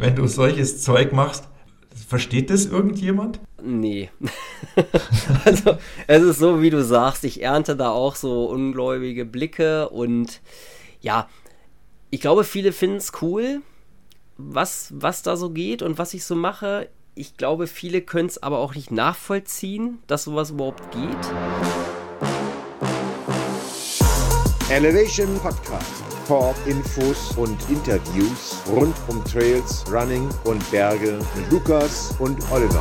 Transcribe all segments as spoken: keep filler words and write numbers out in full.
wenn du solches Zeug machst. Versteht das irgendjemand? Nee. Also es ist so, wie du sagst, ich ernte da auch so ungläubige Blicke und ja, ich glaube, viele finden es cool, was, was da so geht und was ich so mache. Ich glaube, viele können es aber auch nicht nachvollziehen, dass sowas überhaupt geht. Elevation Podcast. Talk, Infos und Interviews rund um Trails, Running und Berge mit Lukas und Oliver.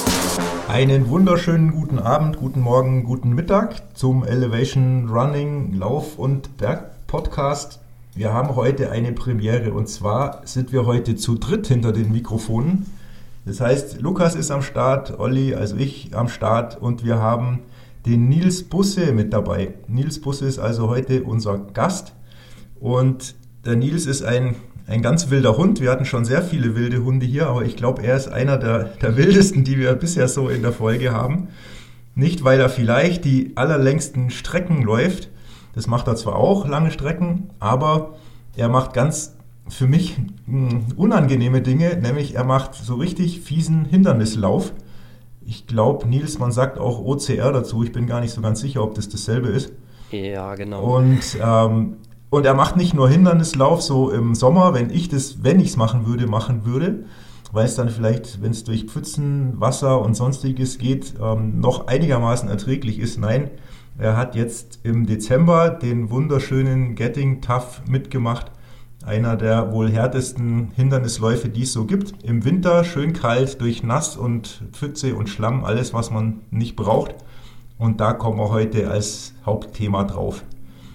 Einen wunderschönen guten Abend, guten Morgen, guten Mittag zum Elevation Running, Lauf- und Berg-Podcast. Wir haben heute eine Premiere und zwar sind wir heute zu dritt hinter den Mikrofonen. Das heißt, Lukas ist am Start, Olli, also ich am Start und wir haben den Nils Busse mit dabei. Nils Busse ist also heute unser Gast. Und der Nils ist ein, ein ganz wilder Hund. Wir hatten schon sehr viele wilde Hunde hier, aber ich glaube, er ist einer der, der wildesten, die wir bisher so in der Folge haben. Nicht, weil er vielleicht die allerlängsten Strecken läuft. Das macht er zwar auch, lange Strecken, aber er macht ganz für mich mh, unangenehme Dinge, nämlich er macht so richtig fiesen Hindernislauf. Ich glaube, Nils, man sagt auch O C R dazu. Ich bin gar nicht so ganz sicher, ob das dasselbe ist. Ja, genau. Und ähm, Und er macht nicht nur Hindernislauf so im Sommer, wenn ich das, wenn ich es machen würde, machen würde, weil es dann vielleicht, wenn es durch Pfützen, Wasser und sonstiges geht, ähm, noch einigermaßen erträglich ist. Nein, er hat jetzt im Dezember den wunderschönen Getting Tough mitgemacht. Einer der wohl härtesten Hindernisläufe, die es so gibt. Im Winter schön kalt, durch Nass und Pfütze und Schlamm, alles, was man nicht braucht. Und da kommen wir heute als Hauptthema drauf.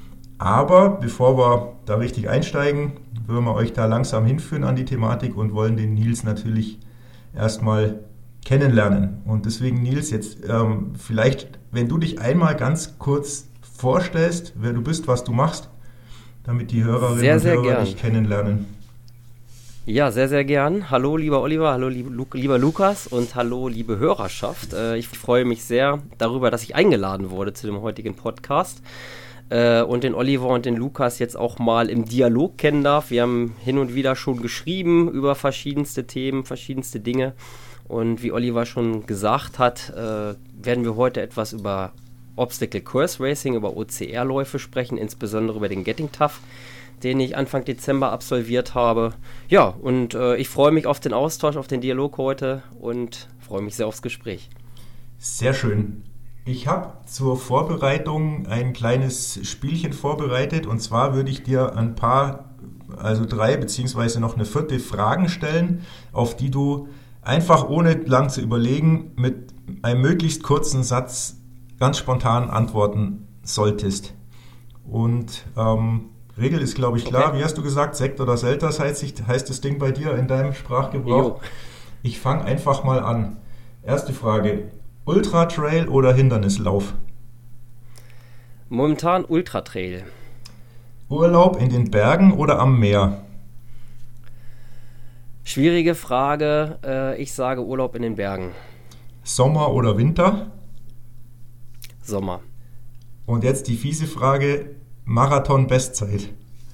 Aber bevor wir da richtig einsteigen, würden wir euch da langsam hinführen an die Thematik und wollen den Nils natürlich erstmal kennenlernen. Und deswegen, Nils, jetzt ähm, vielleicht, wenn du dich einmal ganz kurz vorstellst, wer du bist, was du machst, damit die Hörerinnen sehr, und sehr Hörer gern. dich kennenlernen. Ja, sehr, sehr gern. Hallo, lieber Oliver, hallo, lieber Lukas und hallo, liebe Hörerschaft. Ich freue mich sehr darüber, dass ich eingeladen wurde zu dem heutigen Podcast. Und den Oliver und den Lukas jetzt auch mal im Dialog kennen darf. Wir haben hin und wieder schon geschrieben über verschiedenste Themen, verschiedenste Dinge. Und wie Oliver schon gesagt hat, äh, werden wir heute etwas über Obstacle Course Racing, über O C R-Läufe sprechen, insbesondere über den Getting Tough, den ich Anfang Dezember absolviert habe. Ja, und äh, ich freue mich auf den Austausch, auf den Dialog heute und freue mich sehr aufs Gespräch. Sehr schön. Ich habe zur Vorbereitung ein kleines Spielchen vorbereitet und zwar würde ich dir ein paar, also drei beziehungsweise noch eine vierte Fragen stellen, auf die du einfach ohne lang zu überlegen mit einem möglichst kurzen Satz ganz spontan antworten solltest. Und ähm, Regel ist, glaube ich, klar. Okay. Wie hast du gesagt? Sekt oder Selters heißt, heißt das Ding bei dir in deinem Sprachgebrauch? Jo. Ich fange einfach mal an. Erste Frage. Ultra-Trail oder Hindernislauf? Momentan Ultra-Trail. Urlaub in den Bergen oder am Meer? Schwierige Frage. Äh, ich sage Urlaub in den Bergen. Sommer oder Winter? Sommer. Und jetzt die fiese Frage. Marathon-Bestzeit?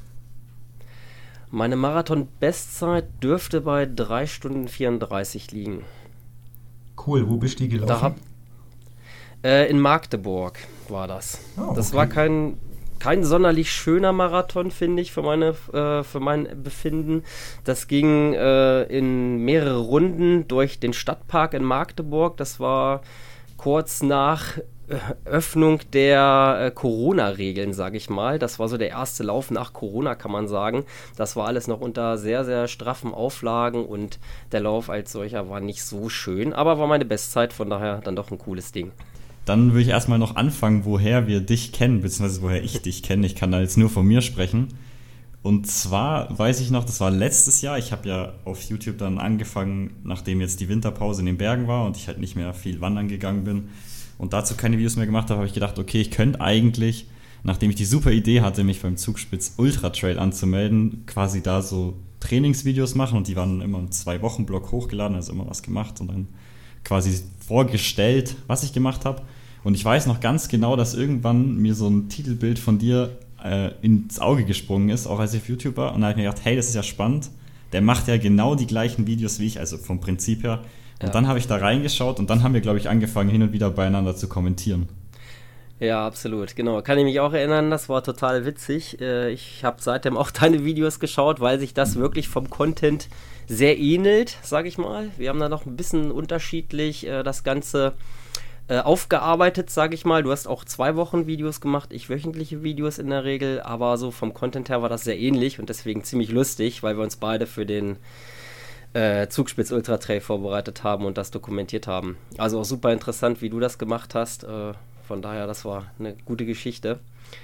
Meine Marathon-Bestzeit dürfte bei drei Stunden vierunddreißig liegen. Cool, wo bist du gelaufen? Da hab, äh, in Magdeburg war das. Oh, okay. Das war kein, kein sonderlich schöner Marathon, finde ich, für, meine, äh, für mein Befinden. Das ging äh, in mehrere Runden durch den Stadtpark in Magdeburg. Das war kurz nach äh, Öffnung der äh, Corona-Regeln, sage ich mal. Das war so der erste Lauf nach Corona, kann man sagen. Das war alles noch unter sehr, sehr straffen Auflagen und der Lauf als solcher war nicht so schön, aber war meine Bestzeit, von daher dann doch ein cooles Ding. Dann würde ich erstmal noch anfangen, woher wir dich kennen, beziehungsweise woher ich dich kenne. Ich kann da jetzt nur von mir sprechen. Und zwar weiß ich noch, das war letztes Jahr. Ich habe ja auf YouTube dann angefangen, nachdem jetzt die Winterpause in den Bergen war und ich halt nicht mehr viel wandern gegangen bin und dazu keine Videos mehr gemacht habe, habe ich gedacht, okay, ich könnte eigentlich, nachdem ich die super Idee hatte, mich beim Zugspitz Ultra Trail anzumelden, quasi da so Trainingsvideos machen und die waren immer im Zwei-Wochen-Block hochgeladen, also immer was gemacht und dann quasi vorgestellt, was ich gemacht habe. Und ich weiß noch ganz genau, dass irgendwann mir so ein Titelbild von dir äh, ins Auge gesprungen ist, auch als ich auf YouTube war. Und da habe ich mir gedacht, hey, das ist ja spannend. der macht ja genau die gleichen Videos wie ich, also vom Prinzip her. Und Ja. dann habe ich da reingeschaut und dann haben wir, glaube ich, angefangen, hin und wieder beieinander zu kommentieren. Ja, absolut, genau. Kann ich mich auch erinnern, das war total witzig. Äh, Ich habe seitdem auch deine Videos geschaut, weil sich das wirklich vom Content sehr ähnelt, sage ich mal. Wir haben da noch ein bisschen unterschiedlich äh, das Ganze äh, aufgearbeitet, sage ich mal. Du hast auch zwei Wochen Videos gemacht, ich wöchentliche Videos in der Regel, aber so vom Content her war das sehr ähnlich und deswegen ziemlich lustig, weil wir uns beide für den äh, Zugspitz Ultra Trail vorbereitet haben und das dokumentiert haben. Also auch super interessant, wie du das gemacht hast. Äh, von daher, das war eine gute Geschichte.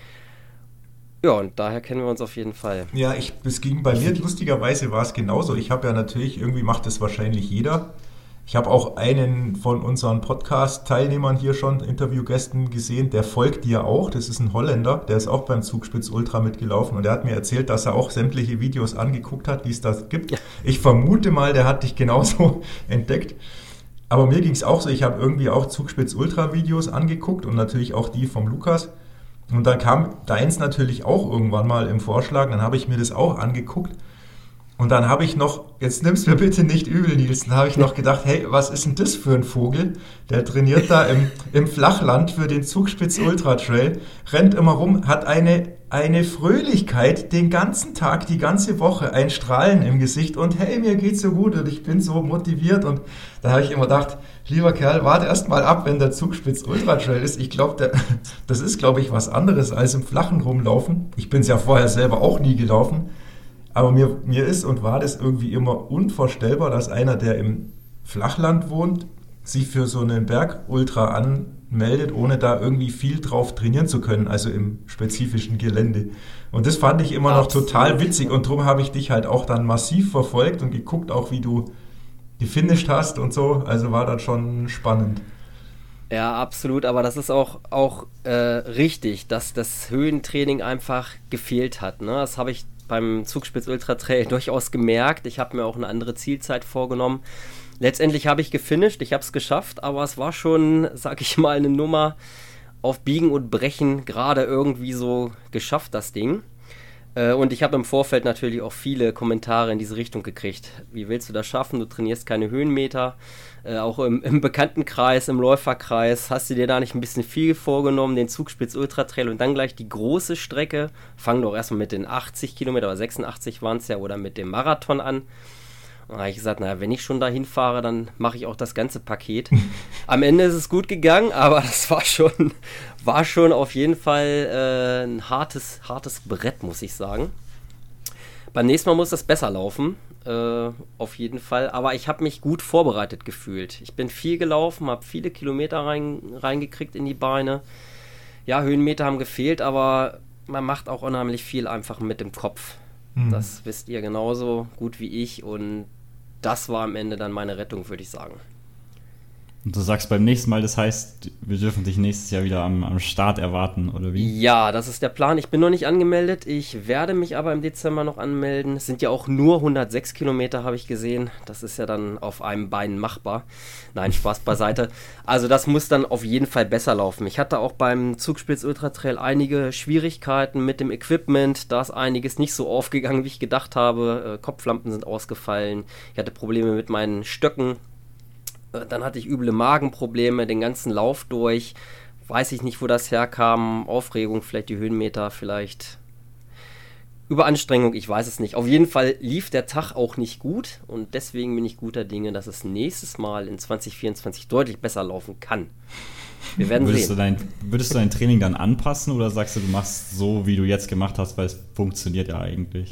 Ja, und daher kennen wir uns auf jeden Fall. Ja, ich, es ging bei mir, lustigerweise war es genauso. Ich habe ja natürlich, irgendwie macht das wahrscheinlich jeder. Ich habe auch einen von unseren Podcast-Teilnehmern hier schon, Interviewgästen gesehen, der folgt dir auch. Das ist ein Holländer, der ist auch beim Zugspitz Ultra mitgelaufen und der hat mir erzählt, dass er auch sämtliche Videos angeguckt hat, die es da gibt. Ich vermute mal, der hat dich genauso entdeckt. Aber mir ging es auch so, ich habe irgendwie auch Zugspitz Ultra Videos angeguckt und natürlich auch die vom Lukas. Und dann kam deins natürlich auch irgendwann mal im Vorschlag, dann habe ich mir das auch angeguckt. Und dann habe ich noch, jetzt nimm's mir bitte nicht übel, Nils, dann habe ich noch gedacht, hey, was ist denn das für ein Vogel? Der trainiert da im, im Flachland für den Zugspitz Ultra Trail, rennt immer rum, hat eine, eine Fröhlichkeit den ganzen Tag, die ganze Woche, ein Strahlen im Gesicht und hey, mir geht's so gut und ich bin so motiviert. Und da habe ich immer gedacht, lieber Kerl, warte erst mal ab, wenn der Zugspitz Ultra Trail ist. Ich glaube, das ist, glaube ich, was anderes als im Flachen rumlaufen. Ich bin es ja vorher selber auch nie gelaufen. Aber mir, mir ist und war das irgendwie immer unvorstellbar, dass einer, der im Flachland wohnt, sich für so einen Berg-Ultra anmeldet, ohne da irgendwie viel drauf trainieren zu können, also im spezifischen Gelände. Und das fand ich immer noch Absolut. total witzig und darum habe ich dich halt auch dann massiv verfolgt und geguckt, auch wie du gefinisht hast und so. Also war das schon spannend. Ja, absolut, aber das ist auch, auch äh, richtig, dass das Höhentraining einfach gefehlt hat. Ne? Das habe ich beim Zugspitz Ultra Trail durchaus gemerkt. Ich habe mir auch eine andere Zielzeit vorgenommen. Letztendlich habe ich gefinisht, ich habe es geschafft, aber es war schon, sag ich mal, eine Nummer auf Biegen und Brechen gerade irgendwie so geschafft, das Ding. Äh, und ich habe im Vorfeld natürlich auch viele Kommentare in diese Richtung gekriegt. Wie willst du das schaffen? Du trainierst keine Höhenmeter. Äh, auch im, im Bekanntenkreis, im Läuferkreis, hast du dir da nicht ein bisschen viel vorgenommen, den Zugspitz Ultra Trail und dann gleich die große Strecke? Fang doch erstmal mit den achtzig Kilometer oder sechsundachtzig waren es ja oder mit dem Marathon an. Und dann habe ich gesagt, naja, wenn ich schon dahin fahre, dann mache ich auch das ganze Paket. Am Ende ist es gut gegangen, aber das war schon, war schon auf jeden Fall äh, ein hartes, hartes Brett, muss ich sagen. Beim nächsten Mal muss das besser laufen, äh, auf jeden Fall. Aber ich habe mich gut vorbereitet gefühlt. Ich bin viel gelaufen, habe viele Kilometer rein, reingekriegt in die Beine. Ja, Höhenmeter haben gefehlt, aber man macht auch unheimlich viel einfach mit dem Kopf. Mhm. Das wisst ihr genauso gut wie ich und das war am Ende dann meine Rettung, würde ich sagen. Und du sagst beim nächsten Mal, das heißt, wir dürfen dich nächstes Jahr wieder am, am Start erwarten, oder wie? Ja, das ist der Plan. Ich bin noch nicht angemeldet. Ich werde mich aber im Dezember noch anmelden. Es sind ja auch nur hundertsechs Kilometer, habe ich gesehen. Das ist ja dann auf einem Bein machbar. Nein, Spaß beiseite. Also das muss dann auf jeden Fall besser laufen. Ich hatte auch beim Zugspitz Ultra Trail einige Schwierigkeiten mit dem Equipment. Da ist einiges nicht so aufgegangen, wie ich gedacht habe. Äh, Kopflampen sind ausgefallen. Ich hatte Probleme mit meinen Stöcken. Dann hatte ich üble Magenprobleme, den ganzen Lauf durch. Weiß ich nicht, wo das herkam. Aufregung, vielleicht die Höhenmeter, vielleicht Überanstrengung, ich weiß es nicht. Auf jeden Fall lief der Tag auch nicht gut. Und deswegen bin ich guter Dinge, dass es nächstes Mal in zwanzig vierundzwanzig deutlich besser laufen kann. Wir werden würdest sehen. Du dein, würdest du dein Training dann anpassen oder sagst du, du machst so, wie du jetzt gemacht hast, weil es funktioniert ja eigentlich?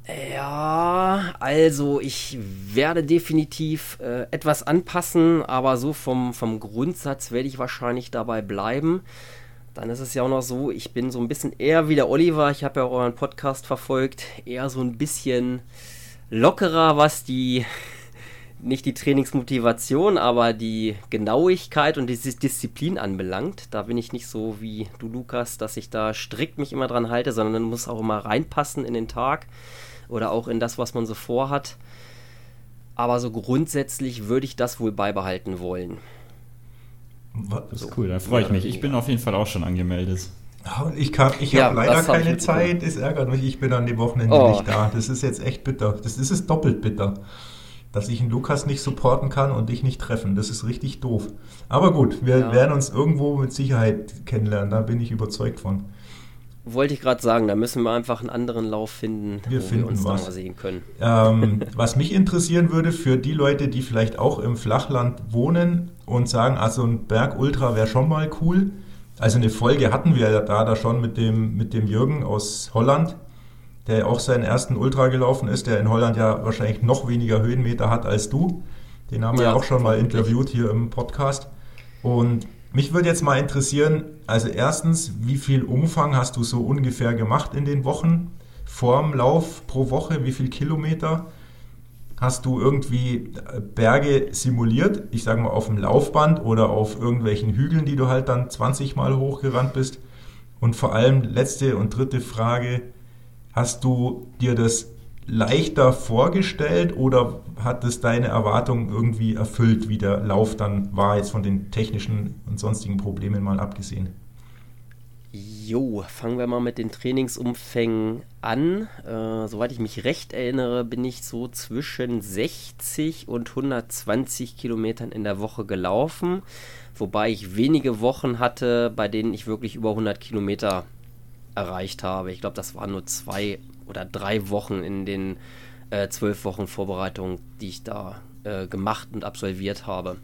Ja, also ich werde definitiv äh, etwas anpassen, aber so vom, vom Grundsatz werde ich wahrscheinlich dabei bleiben. Dann ist es ja auch noch so, ich bin so ein bisschen eher wie der Oliver, ich habe ja auch euren Podcast verfolgt, eher so ein bisschen lockerer, was die, nicht die Trainingsmotivation, aber die Genauigkeit und die Disziplin anbelangt. Da bin ich nicht so wie du, Lukas, dass ich da strikt mich immer dran halte, sondern muss auch immer reinpassen in den Tag. Oder auch in das, was man so vorhat. Aber so grundsätzlich würde ich das wohl beibehalten wollen. Das ist cool, da freue ich mich. Ich bin auf jeden Fall auch schon angemeldet. Ich, kann- ich Ja, habe leider das hab ich keine mitbekommen. Zeit, es ärgert mich, ich bin an dem Wochenende Oh. nicht da. Das ist jetzt echt bitter. Das ist es doppelt bitter. Dass ich einen Lukas nicht supporten kann und dich nicht treffen. Das ist richtig doof. Aber gut, wir Ja. werden uns irgendwo mit Sicherheit kennenlernen, da bin ich überzeugt von. Wollte ich gerade sagen, da müssen wir einfach einen anderen Lauf finden, Wir wo finden wir uns dann was. mal sehen können. Ähm, was mich interessieren würde, für die Leute, die vielleicht auch im Flachland wohnen und sagen, also ein Berg-Ultra wäre schon mal cool. Also eine Folge hatten wir ja da, da schon mit dem, mit dem Jürgen aus Holland, der auch seinen ersten Ultra gelaufen ist, der in Holland ja wahrscheinlich noch weniger Höhenmeter hat als du. Den haben wir ja, Ja, auch schon mal vermutlich. interviewt hier im Podcast. Und mich würde jetzt mal interessieren, also erstens, wie viel Umfang hast du so ungefähr gemacht in den Wochen vorm Lauf pro Woche? Wie viel Kilometer? Hast du irgendwie Berge simuliert? Ich sage mal auf dem Laufband oder auf irgendwelchen Hügeln, die du halt dann zwanzig Mal hochgerannt bist? Und vor allem letzte und dritte Frage, hast du dir das leichter vorgestellt oder hat es deine Erwartungen irgendwie erfüllt, wie der Lauf dann war, jetzt von den technischen und sonstigen Problemen mal abgesehen? Jo, fangen wir mal mit den Trainingsumfängen an. Äh, soweit ich mich recht erinnere, bin ich so zwischen sechzig und hundertzwanzig Kilometern in der Woche gelaufen, wobei ich wenige Wochen hatte, bei denen ich wirklich über hundert Kilometer erreicht habe. Ich glaube, das waren nur zwei oder drei Wochen in den äh, zwölf Wochen Vorbereitung, die ich da äh, gemacht und absolviert habe.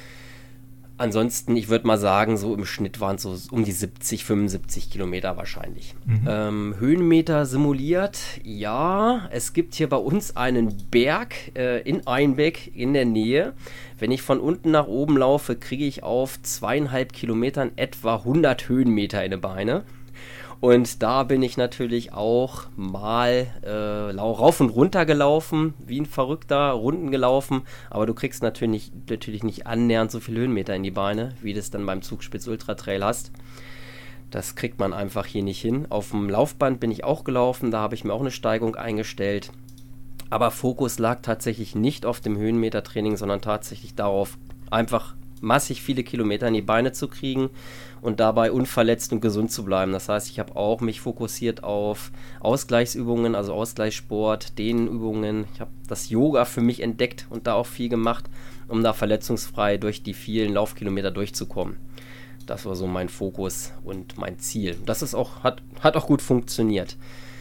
Ansonsten, ich würde mal sagen, so im Schnitt waren es so um die siebzig, fünfundsiebzig Kilometer wahrscheinlich. Mhm. Ähm, Höhenmeter simuliert, ja, es gibt hier bei uns einen Berg äh, in Einbeck in der Nähe. Wenn ich von unten nach oben laufe, kriege ich auf zweieinhalb Kilometern etwa hundert Höhenmeter in die Beine. Und da bin ich natürlich auch mal äh, lau- rauf und runter gelaufen, wie ein Verrückter, Runden gelaufen. Aber du kriegst natürlich, natürlich nicht annähernd so viel Höhenmeter in die Beine, wie du es dann beim Zugspitz Ultra Trail hast. Das kriegt man einfach hier nicht hin. Auf dem Laufband bin ich auch gelaufen, da habe ich mir auch eine Steigung eingestellt. Aber Fokus lag tatsächlich nicht auf dem Höhenmetertraining, sondern tatsächlich darauf, einfach massig viele Kilometer in die Beine zu kriegen und dabei unverletzt und gesund zu bleiben. Das heißt, ich habe auch mich fokussiert auf Ausgleichsübungen, also Ausgleichssport, Dehnübungen. Ich habe das Yoga für mich entdeckt und da auch viel gemacht, um da verletzungsfrei durch die vielen Laufkilometer durchzukommen. Das war so mein Fokus und mein Ziel. Das ist auch, hat, hat auch gut funktioniert.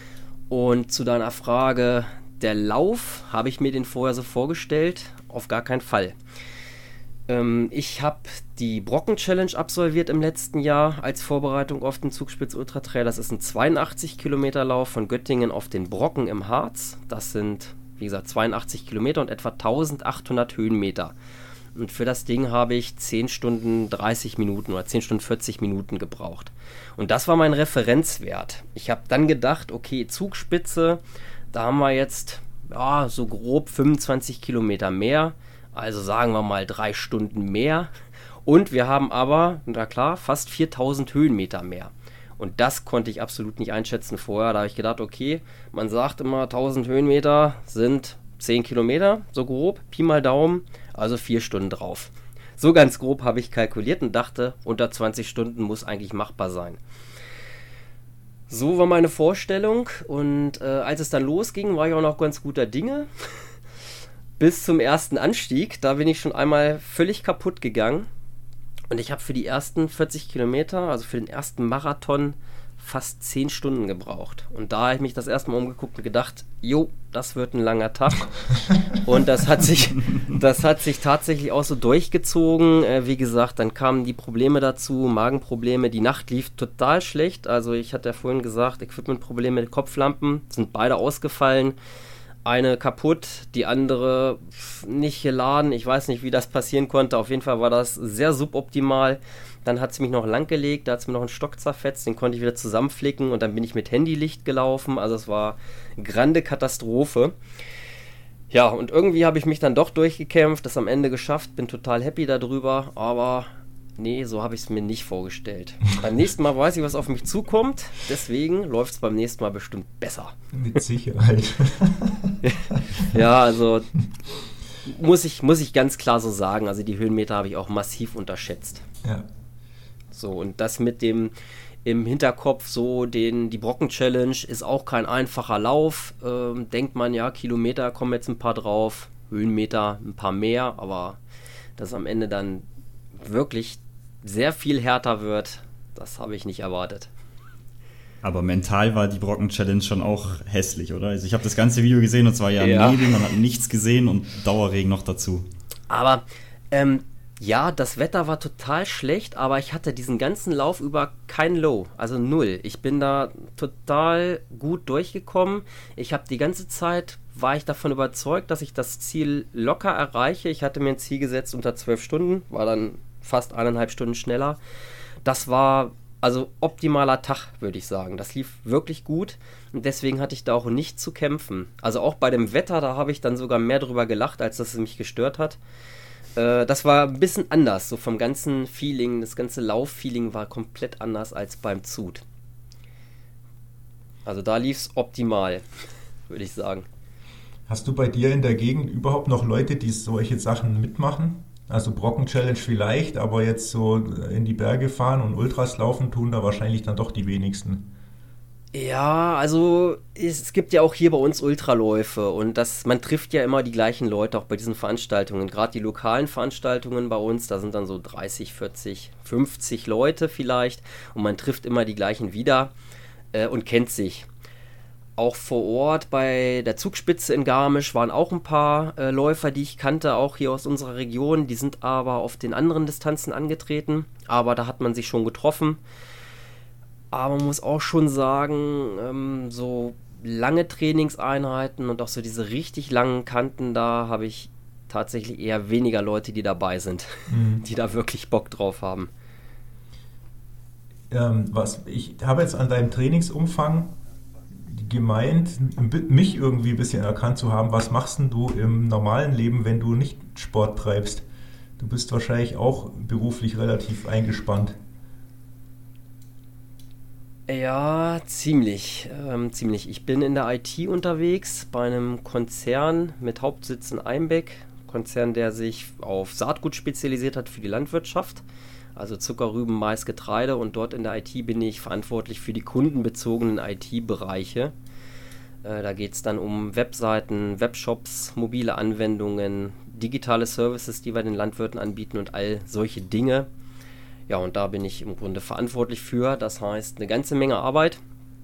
Und zu deiner Frage, der Lauf, habe ich mir den vorher so vorgestellt? Auf gar keinen Fall. Ähm, ich habe die Brocken-Challenge absolviert im letzten Jahr als Vorbereitung auf den Zugspitz Ultra Trail. Das ist ein zweiundachtzig Kilometer Lauf von Göttingen auf den Brocken im Harz. Das sind, wie gesagt, zweiundachtzig Kilometer und etwa eintausendachthundert Höhenmeter. Und für das Ding habe ich zehn Stunden dreißig Minuten oder zehn Stunden vierzig Minuten gebraucht. Und das war mein Referenzwert. Ich habe dann gedacht, okay, Zugspitze, da haben wir jetzt ja, so grob fünfundzwanzig Kilometer mehr. Also sagen wir mal drei Stunden mehr. Und wir haben aber, na klar, fast viertausend Höhenmeter mehr. Und das konnte ich absolut nicht einschätzen vorher. Da habe ich gedacht, okay, man sagt immer, tausend Höhenmeter sind zehn Kilometer, so grob, Pi mal Daumen, also vier Stunden drauf. So ganz grob habe ich kalkuliert und dachte, unter zwanzig Stunden muss eigentlich machbar sein. So war meine Vorstellung und äh, als es dann losging, war ich auch noch ganz guter Dinge. Bis zum ersten Anstieg, da bin ich schon einmal völlig kaputt gegangen. Und ich habe für die ersten vierzig Kilometer, also für den ersten Marathon, fast zehn Stunden gebraucht. Und da habe ich mich das erste Mal umgeguckt und gedacht, jo, das wird ein langer Tag. Und das hat sich, das hat sich tatsächlich auch so durchgezogen. Äh, wie gesagt, dann kamen die Probleme dazu, Magenprobleme. Die Nacht lief total schlecht. Also ich hatte ja vorhin gesagt, Equipmentprobleme mit Kopflampen, sind beide ausgefallen. Eine kaputt, die andere nicht geladen. Ich weiß nicht, wie das passieren konnte. Auf jeden Fall war das sehr suboptimal. Dann hat sie mich noch langgelegt, da hat sie mir noch einen Stock zerfetzt, den konnte ich wieder zusammenflicken und dann bin ich mit Handylicht gelaufen. Also es war eine grande Katastrophe. Ja, und irgendwie habe ich mich dann doch durchgekämpft, das am Ende geschafft, bin total happy darüber, aber nee, so habe ich es mir nicht vorgestellt. Beim nächsten Mal weiß ich, was auf mich zukommt, deswegen läuft es beim nächsten Mal bestimmt besser. Mit Sicherheit. Ja, also muss ich, muss ich ganz klar so sagen, also die Höhenmeter habe ich auch massiv unterschätzt. Ja. So, und das mit dem im Hinterkopf so, den, die Brocken-Challenge ist auch kein einfacher Lauf. Ähm, denkt man, ja, Kilometer kommen jetzt ein paar drauf, Höhenmeter ein paar mehr, aber dass am Ende dann wirklich sehr viel härter wird, das habe ich nicht erwartet. Aber mental war die Brocken-Challenge schon auch hässlich, oder? Also ich habe das ganze Video gesehen und zwar ja, ja. Nebel, man hat nichts gesehen und Dauerregen noch dazu. Aber, ähm, ja, das Wetter war total schlecht, aber ich hatte diesen ganzen Lauf über kein Low, also null. Ich bin da total gut durchgekommen. Ich habe die ganze Zeit, war ich davon überzeugt, dass ich das Ziel locker erreiche. Ich hatte mir ein Ziel gesetzt unter zwölf Stunden, war dann fast eineinhalb Stunden schneller. Das war also optimaler Tag, würde ich sagen. Das lief wirklich gut und deswegen hatte ich da auch nicht zu kämpfen. Also auch bei dem Wetter, da habe ich dann sogar mehr drüber gelacht, als dass es mich gestört hat. Das war ein bisschen anders, so vom ganzen Feeling, das ganze Lauffeeling war komplett anders als beim Zut. Also da lief es optimal, würde ich sagen. Hast du bei dir in der Gegend überhaupt noch Leute, die solche Sachen mitmachen? Also Brocken-Challenge vielleicht, aber jetzt so in die Berge fahren und Ultras laufen tun da wahrscheinlich dann doch die wenigsten. Ja, also es gibt ja auch hier bei uns Ultraläufe und das, man trifft ja immer die gleichen Leute auch bei diesen Veranstaltungen. Gerade die lokalen Veranstaltungen bei uns, da sind dann so dreißig, vierzig, fünfzig Leute vielleicht und man trifft immer die gleichen wieder äh, und kennt sich. Auch vor Ort bei der Zugspitze in Garmisch waren auch ein paar äh, Läufer, die ich kannte, auch hier aus unserer Region. Die sind aber auf den anderen Distanzen angetreten, aber da hat man sich schon getroffen. Aber man muss auch schon sagen, ähm, so lange Trainingseinheiten und auch so diese richtig langen Kanten, da habe ich tatsächlich eher weniger Leute, die dabei sind, mhm. die da wirklich Bock drauf haben. Ähm, was, ich habe jetzt an deinem Trainingsumfang gemeint, mich irgendwie ein bisschen erkannt zu haben. Was machst denn du im normalen Leben, wenn du nicht Sport treibst? Du bist wahrscheinlich auch beruflich relativ eingespannt. Ja, ziemlich, ähm, ziemlich. Ich bin in der I T unterwegs bei einem Konzern mit Hauptsitz in Einbeck. Konzern, der sich auf Saatgut spezialisiert hat für die Landwirtschaft. Also Zucker, Rüben, Mais, Getreide. Und dort in der I T bin ich verantwortlich für die kundenbezogenen I T-Bereiche. Äh, da geht es dann um Webseiten, Webshops, mobile Anwendungen, digitale Services, die wir den Landwirten anbieten und all solche Dinge. Ja, und da bin ich im Grunde verantwortlich für. Das heißt, eine ganze Menge Arbeit.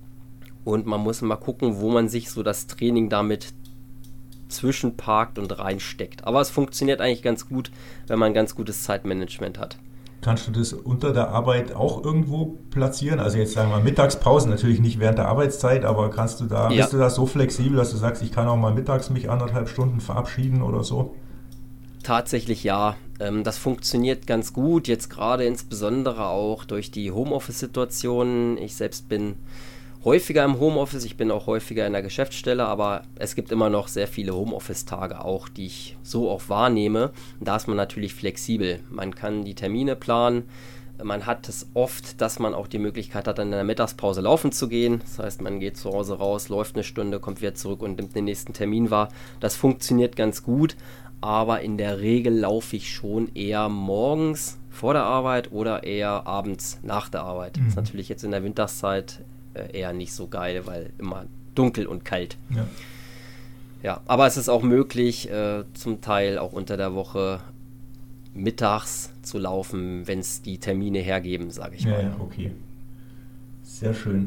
Und man muss mal gucken, wo man sich so das Training damit zwischenparkt und reinsteckt. Aber es funktioniert eigentlich ganz gut, wenn man ein ganz gutes Zeitmanagement hat. Kannst du das unter der Arbeit auch irgendwo platzieren? Also jetzt sagen wir mal Mittagspausen, natürlich nicht während der Arbeitszeit, aber kannst du da, ja. bist du da so flexibel, dass du sagst, ich kann auch mal mittags mich anderthalb Stunden verabschieden oder so? Tatsächlich ja. Ähm, das funktioniert ganz gut, jetzt gerade insbesondere auch durch die Homeoffice-Situationen. Ich selbst bin häufiger im Homeoffice, ich bin auch häufiger in der Geschäftsstelle, aber es gibt immer noch sehr viele Homeoffice-Tage auch, die ich so auch wahrnehme. Und da ist man natürlich flexibel. Man kann die Termine planen. Man hat es oft, dass man auch die Möglichkeit hat, dann in der Mittagspause laufen zu gehen. Das heißt, man geht zu Hause raus, läuft eine Stunde, kommt wieder zurück und nimmt den nächsten Termin wahr. Das funktioniert ganz gut, aber in der Regel laufe ich schon eher morgens vor der Arbeit oder eher abends nach der Arbeit. Mhm. Das ist natürlich jetzt in der Winterszeit eher nicht so geil, weil immer dunkel und kalt. Ja, ja, aber es ist auch möglich, äh, zum Teil auch unter der Woche mittags zu laufen, wenn es die Termine hergeben, sage ich ja, mal. Ja, okay. Sehr schön.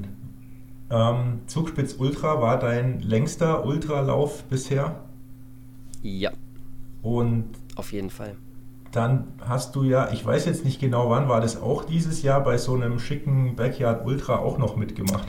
Ähm, Zugspitz Ultra war dein längster Ultralauf bisher? Ja. Und auf jeden Fall. Dann hast du ja, ich weiß jetzt nicht genau wann, war das auch dieses Jahr bei so einem schicken Backyard Ultra auch noch mitgemacht?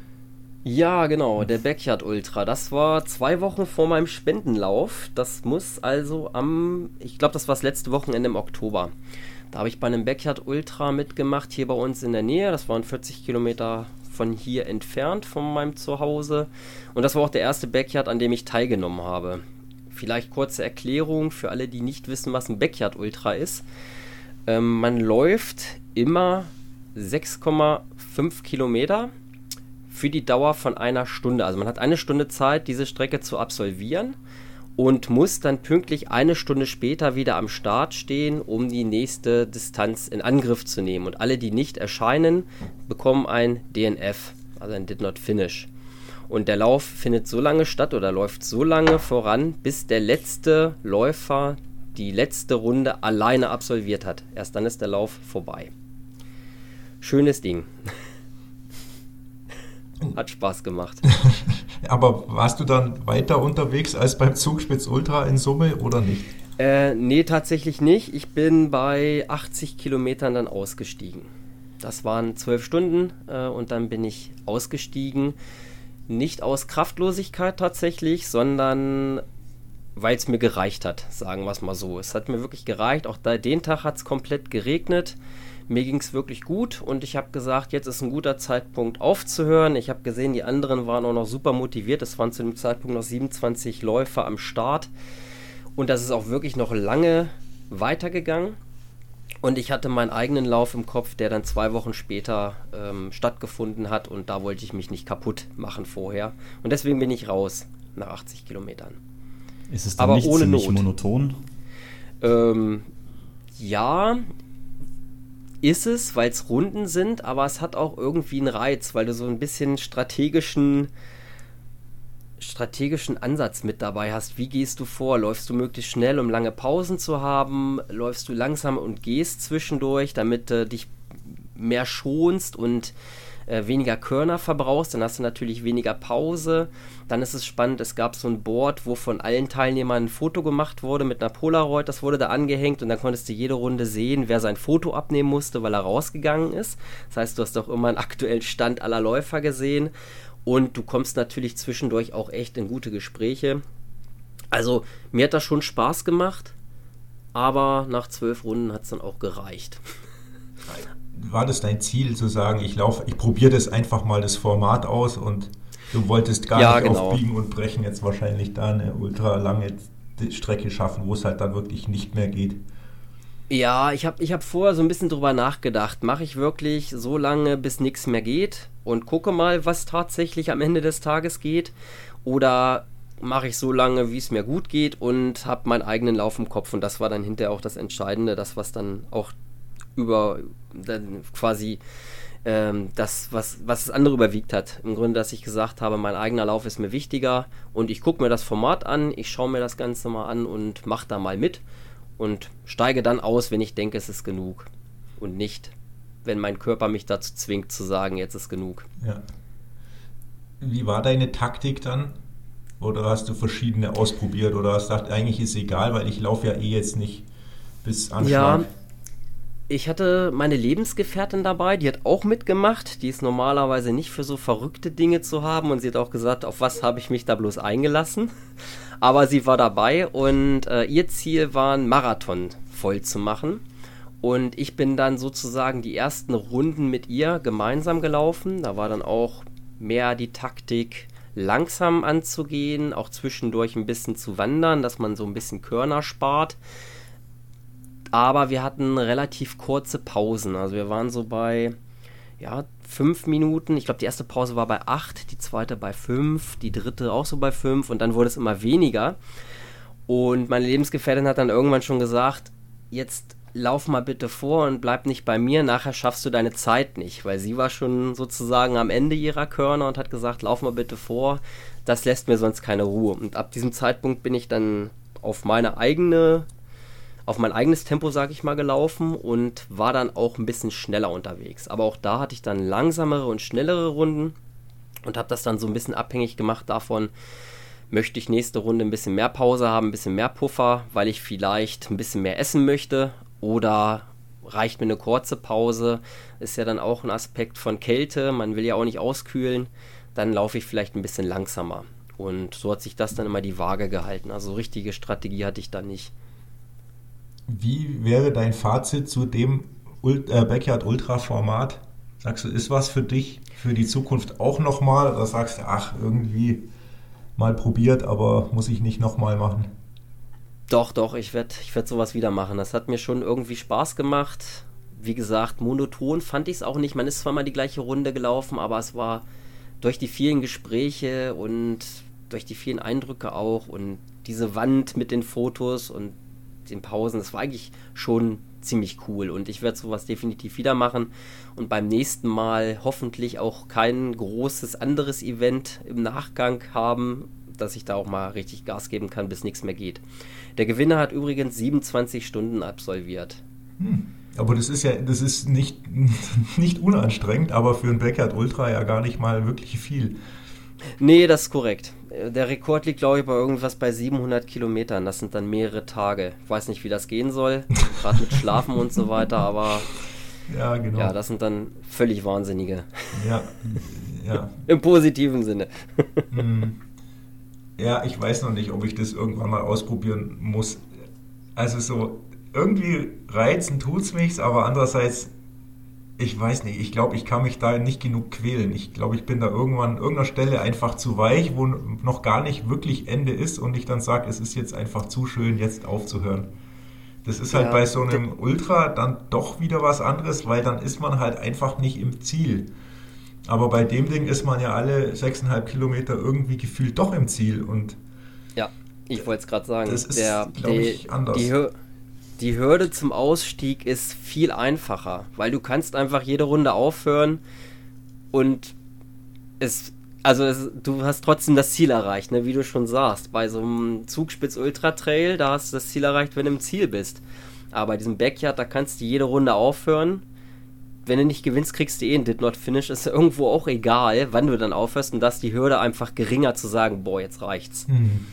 Ja, genau, der Backyard Ultra. Das war zwei Wochen vor meinem Spendenlauf. Das muss also am, ich glaube, das war das letzte Wochenende im Oktober. Da habe ich bei einem Backyard Ultra mitgemacht, hier bei uns in der Nähe. Das waren vierzig Kilometer von hier entfernt, von meinem Zuhause. Und das war auch der erste Backyard, an dem ich teilgenommen habe. Vielleicht kurze Erklärung für alle, die nicht wissen, was ein Backyard Ultra ist. Ähm, man läuft immer sechs Komma fünf Kilometer für die Dauer von einer Stunde. Also man hat eine Stunde Zeit, diese Strecke zu absolvieren. und muss dann pünktlich eine Stunde später wieder am Start stehen, um die nächste Distanz in Angriff zu nehmen. Und alle, die nicht erscheinen, bekommen ein D N F, also ein Did Not Finish. Und der Lauf findet so lange statt oder läuft so lange voran, bis der letzte Läufer die letzte Runde alleine absolviert hat. Erst dann ist der Lauf vorbei. Schönes Ding. Hat Spaß gemacht. Aber warst du dann weiter unterwegs als beim Zugspitz Ultra in Summe oder nicht? Äh, nee, tatsächlich nicht. Ich bin bei achtzig Kilometern dann ausgestiegen. Das waren zwölf Stunden äh, und dann bin ich ausgestiegen. Nicht aus Kraftlosigkeit tatsächlich, sondern weil es mir gereicht hat, sagen wir es mal so. Es hat mir wirklich gereicht. Auch da, den Tag hat es komplett geregnet. Mir ging es wirklich gut und ich habe gesagt, jetzt ist ein guter Zeitpunkt aufzuhören. Ich habe gesehen, die anderen waren auch noch super motiviert. Es waren zu dem Zeitpunkt noch siebenundzwanzig Läufer am Start. Und das ist auch wirklich noch lange weitergegangen. Und ich hatte meinen eigenen Lauf im Kopf, der dann zwei Wochen später ähm, stattgefunden hat. Und da wollte ich mich nicht kaputt machen vorher. Und deswegen bin ich raus nach achtzig Kilometern. Ist es dann Aber nicht ohne ziemlich Not. monoton? Ähm, ja, ist es, weil es Runden sind. Aber es hat auch irgendwie einen Reiz, weil du so ein bisschen strategischen... strategischen Ansatz mit dabei hast. Wie gehst du vor? Läufst du möglichst schnell, um lange Pausen zu haben? Läufst du langsam und gehst zwischendurch, damit du dich mehr schonst und äh, weniger Körner verbrauchst? Dann hast du natürlich weniger Pause. Dann ist es spannend, es gab so ein Board, wo von allen Teilnehmern ein Foto gemacht wurde mit einer Polaroid. Das wurde da angehängt und dann konntest du jede Runde sehen, wer sein Foto abnehmen musste, weil er rausgegangen ist. Das heißt, du hast auch immer einen aktuellen Stand aller Läufer gesehen. Und du kommst natürlich zwischendurch auch echt in gute Gespräche. Also mir hat das schon Spaß gemacht, aber nach zwölf Runden hat es dann auch gereicht. War das dein Ziel, zu sagen, ich laufe, ich probiere das einfach mal das Format aus und du wolltest gar Ja, nicht genau. auf Biegen und Brechen jetzt wahrscheinlich da eine ultra lange Strecke schaffen, wo es halt dann wirklich nicht mehr geht? Ja, ich habe ich hab vorher so ein bisschen drüber nachgedacht. Mache ich wirklich so lange, bis nichts mehr geht und gucke mal, was tatsächlich am Ende des Tages geht? Oder mache ich so lange, wie es mir gut geht und habe meinen eigenen Lauf im Kopf? Und das war dann hinterher auch das Entscheidende, das, was dann auch über, dann quasi ähm, das, was, was das andere überwiegt hat. Im Grunde, dass ich gesagt habe, mein eigener Lauf ist mir wichtiger und ich gucke mir das Format an, ich schaue mir das Ganze mal an und mache da mal mit. Und steige dann aus, wenn ich denke, es ist genug. Und nicht, wenn mein Körper mich dazu zwingt zu sagen, jetzt ist genug. Ja. Wie war deine Taktik dann? Oder hast du verschiedene ausprobiert? Oder hast du gedacht, eigentlich ist egal, weil ich laufe ja eh jetzt nicht bis Anschlag? Ja, ich hatte meine Lebensgefährtin dabei, die hat auch mitgemacht. Die ist normalerweise nicht für so verrückte Dinge zu haben. Und sie hat auch gesagt, auf was habe ich mich da bloß eingelassen? Aber sie war dabei und äh, ihr Ziel war, einen Marathon voll zu machen. Und ich bin dann sozusagen die ersten Runden mit ihr gemeinsam gelaufen. Da war dann auch mehr die Taktik, langsam anzugehen, auch zwischendurch ein bisschen zu wandern, dass man so ein bisschen Körner spart. Aber wir hatten relativ kurze Pausen. Also wir waren so bei ja, fünf Minuten. Ich glaube, die erste Pause war bei acht, die zweite bei fünf, die dritte auch so bei fünf und dann wurde es immer weniger. Und meine Lebensgefährtin hat dann irgendwann schon gesagt, jetzt lauf mal bitte vor und bleib nicht bei mir, nachher schaffst du deine Zeit nicht. Weil sie war schon sozusagen am Ende ihrer Körner und hat gesagt, lauf mal bitte vor, das lässt mir sonst keine Ruhe. Und ab diesem Zeitpunkt bin ich dann auf meine eigene auf mein eigenes Tempo, sag ich mal, gelaufen und war dann auch ein bisschen schneller unterwegs. Aber auch da hatte ich dann langsamere und schnellere Runden und habe das dann so ein bisschen abhängig gemacht davon, möchte ich nächste Runde ein bisschen mehr Pause haben, ein bisschen mehr Puffer, weil ich vielleicht ein bisschen mehr essen möchte oder reicht mir eine kurze Pause, ist ja dann auch ein Aspekt von Kälte, man will ja auch nicht auskühlen, dann laufe ich vielleicht ein bisschen langsamer. Und so hat sich das dann immer die Waage gehalten. Also richtige Strategie hatte ich da nicht. Wie wäre dein Fazit zu dem Ult- äh, Backyard Ultra Format? Sagst du, ist was für dich für die Zukunft auch nochmal? Oder sagst du, ach, irgendwie mal probiert, aber muss ich nicht nochmal machen? Doch, doch, ich werde ich werd sowas wieder machen. Das hat mir schon irgendwie Spaß gemacht. Wie gesagt, monoton fand ich es auch nicht. Man ist zwar mal die gleiche Runde gelaufen, aber es war durch die vielen Gespräche und durch die vielen Eindrücke auch und diese Wand mit den Fotos und den Pausen, das war eigentlich schon ziemlich cool und ich werde sowas definitiv wieder machen und beim nächsten Mal hoffentlich auch kein großes anderes Event im Nachgang haben, dass ich da auch mal richtig Gas geben kann, bis nichts mehr geht. Der Gewinner hat übrigens siebenundzwanzig Stunden absolviert. Hm. Aber das ist ja, das ist nicht, nicht unanstrengend, aber für ein Backyard Ultra ja gar nicht mal wirklich viel. Nee, das ist korrekt. Der Rekord liegt, glaube ich, bei irgendwas bei siebenhundert Kilometern. Das sind dann mehrere Tage. Ich weiß nicht, wie das gehen soll, gerade mit Schlafen und so weiter, aber ja, genau. Ja, das sind dann völlig Wahnsinnige. Ja, ja. Im positiven Sinne. Ja, ich weiß noch nicht, ob ich das irgendwann mal ausprobieren muss. Also so, irgendwie reizen tut's mich, aber andererseits, ich weiß nicht, ich glaube, ich kann mich da nicht genug quälen. Ich glaube, ich bin da irgendwann an irgendeiner Stelle einfach zu weich, wo noch gar nicht wirklich Ende ist und ich dann sage, es ist jetzt einfach zu schön, jetzt aufzuhören. Das ist halt ja, bei so einem Ultra dann doch wieder was anderes, weil dann ist man halt einfach nicht im Ziel. Aber bei dem Ding ist man ja alle sechseinhalb Kilometer irgendwie gefühlt doch im Ziel. Und ja, ich wollte es gerade sagen. Das ist, glaube ich, anders. Die, Hür- die Hürde zum Ausstieg ist viel einfacher, weil du kannst einfach jede Runde aufhören und es, also es, du hast trotzdem das Ziel erreicht, ne? Wie du schon sagst. Bei so einem Zugspitz-Ultra-Trail, da hast du das Ziel erreicht, wenn du im Ziel bist. Aber bei diesem Backyard, da kannst du jede Runde aufhören. Wenn du nicht gewinnst, kriegst du eh einen Did Not Finish. Ist irgendwo auch egal, wann du dann aufhörst. Und da ist die Hürde einfach geringer zu sagen, boah, jetzt reicht's. Mhm.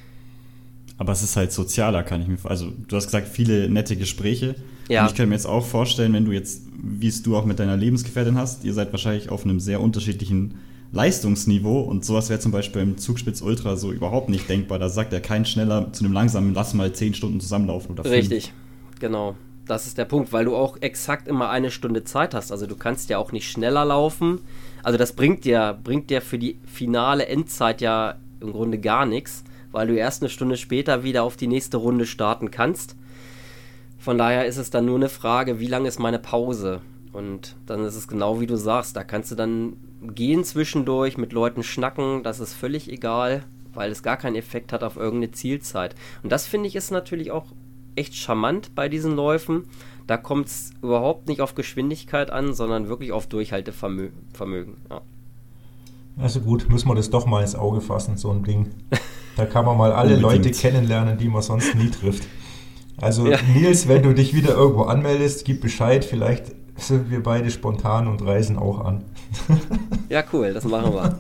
Aber es ist halt sozialer, kann ich mir vorstellen. Also du hast gesagt, viele nette Gespräche. Ja. Und ich kann mir jetzt auch vorstellen, wenn du jetzt, wie es du auch mit deiner Lebensgefährtin hast, ihr seid wahrscheinlich auf einem sehr unterschiedlichen Leistungsniveau und sowas wäre zum Beispiel im Zugspitz Ultra so überhaupt nicht denkbar. Da sagt ja kein schneller zu einem langsamen, lass mal zehn Stunden zusammenlaufen oder fünf. Richtig, genau. Das ist der Punkt, weil du auch exakt immer eine Stunde Zeit hast. Also du kannst ja auch nicht schneller laufen. Also das bringt dir, bringt dir für die finale Endzeit ja im Grunde gar nichts, weil du erst eine Stunde später wieder auf die nächste Runde starten kannst. Von daher ist es dann nur eine Frage, wie lang ist meine Pause? Und dann ist es genau wie du sagst, da kannst du dann gehen zwischendurch, mit Leuten schnacken, das ist völlig egal, weil es gar keinen Effekt hat auf irgendeine Zielzeit. Und das finde ich ist natürlich auch echt charmant bei diesen Läufen. Da kommt es überhaupt nicht auf Geschwindigkeit an, sondern wirklich auf Durchhaltevermögen. Ja. Also gut, müssen wir das doch mal ins Auge fassen, so ein Ding. Da kann man mal alle Leute kennenlernen, die man sonst nie trifft. Also ja. Nils, wenn du dich wieder irgendwo anmeldest, gib Bescheid, vielleicht sind wir beide spontan und reisen auch an. Ja, cool, das machen wir.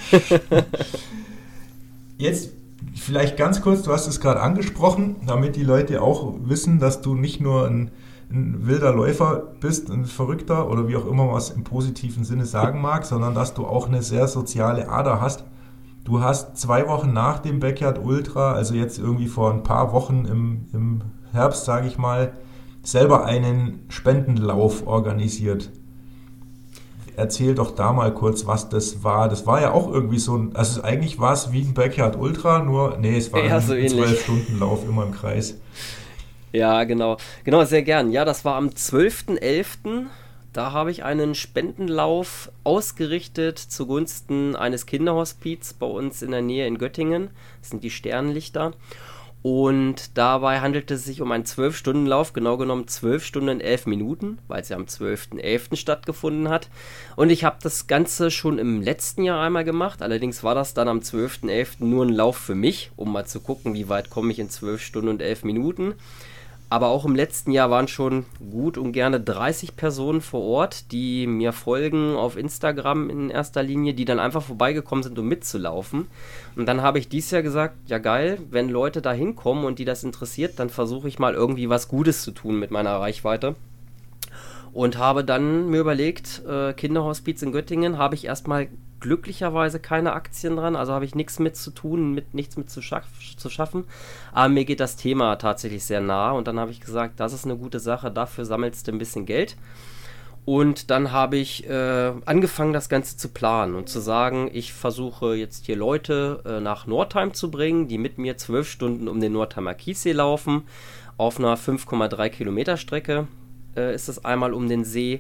Jetzt vielleicht ganz kurz, du hast es gerade angesprochen, damit die Leute auch wissen, dass du nicht nur ein, ein wilder Läufer bist, ein Verrückter oder wie auch immer man es im positiven Sinne sagen mag, sondern dass du auch eine sehr soziale Ader hast. Du hast zwei Wochen nach dem Backyard Ultra, also jetzt irgendwie vor ein paar Wochen im, im Herbst, sage ich mal, selber einen Spendenlauf organisiert. Erzähl doch da mal kurz, was das war. Das war ja auch irgendwie so ein, also eigentlich war es wie ein Backyard Ultra, nur, nee, es war ja, ein so zwölf Stunden Lauf immer im Kreis. Ja, genau. Genau, sehr gern. Ja, das war am zwölften elften Da habe ich einen Spendenlauf ausgerichtet zugunsten eines Kinderhospiz bei uns in der Nähe in Göttingen. Das sind die Sternlichter. Und dabei handelt es sich um einen zwölf-Stunden-Lauf, genau genommen zwölf Stunden elf Minuten, weil es ja am zwölften elften stattgefunden hat. Und ich habe das Ganze schon im letzten Jahr einmal gemacht, allerdings war das dann am zwölften elften nur ein Lauf für mich, um mal zu gucken, wie weit komme ich in zwölf Stunden und elf Minuten. Aber auch im letzten Jahr waren schon gut und gerne dreißig Personen vor Ort, die mir folgen auf Instagram in erster Linie, die dann einfach vorbeigekommen sind, um mitzulaufen. Und dann habe ich dieses Jahr gesagt, ja geil, wenn Leute da hinkommen und die das interessiert, dann versuche ich mal irgendwie was Gutes zu tun mit meiner Reichweite. Und habe dann mir überlegt, äh, Kinderhospiz in Göttingen habe ich erstmal glücklicherweise keine Aktien dran, also habe ich nichts mit zu tun, mit nichts mit zu, schaff, zu schaffen, aber mir geht das Thema tatsächlich sehr nah und dann habe ich gesagt, das ist eine gute Sache, dafür sammelst du ein bisschen Geld und dann habe ich äh, angefangen, das Ganze zu planen und zu sagen, ich versuche jetzt hier Leute äh, nach Nordheim zu bringen, die mit mir zwölf Stunden um den Nordheimer Kiessee laufen, auf einer fünf Komma drei Kilometer Strecke äh, ist es einmal um den See.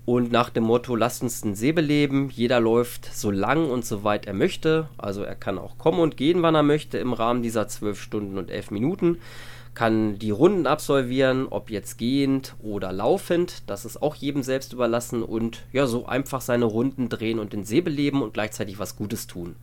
Und nach dem Motto, lasst uns den See beleben, jeder läuft so lang und so weit er möchte, also er kann auch kommen und gehen, wann er möchte, im Rahmen dieser zwölf Stunden und elf Minuten, kann die Runden absolvieren, ob jetzt gehend oder laufend, das ist auch jedem selbst überlassen und ja, so einfach seine Runden drehen und den See beleben und gleichzeitig was Gutes tun.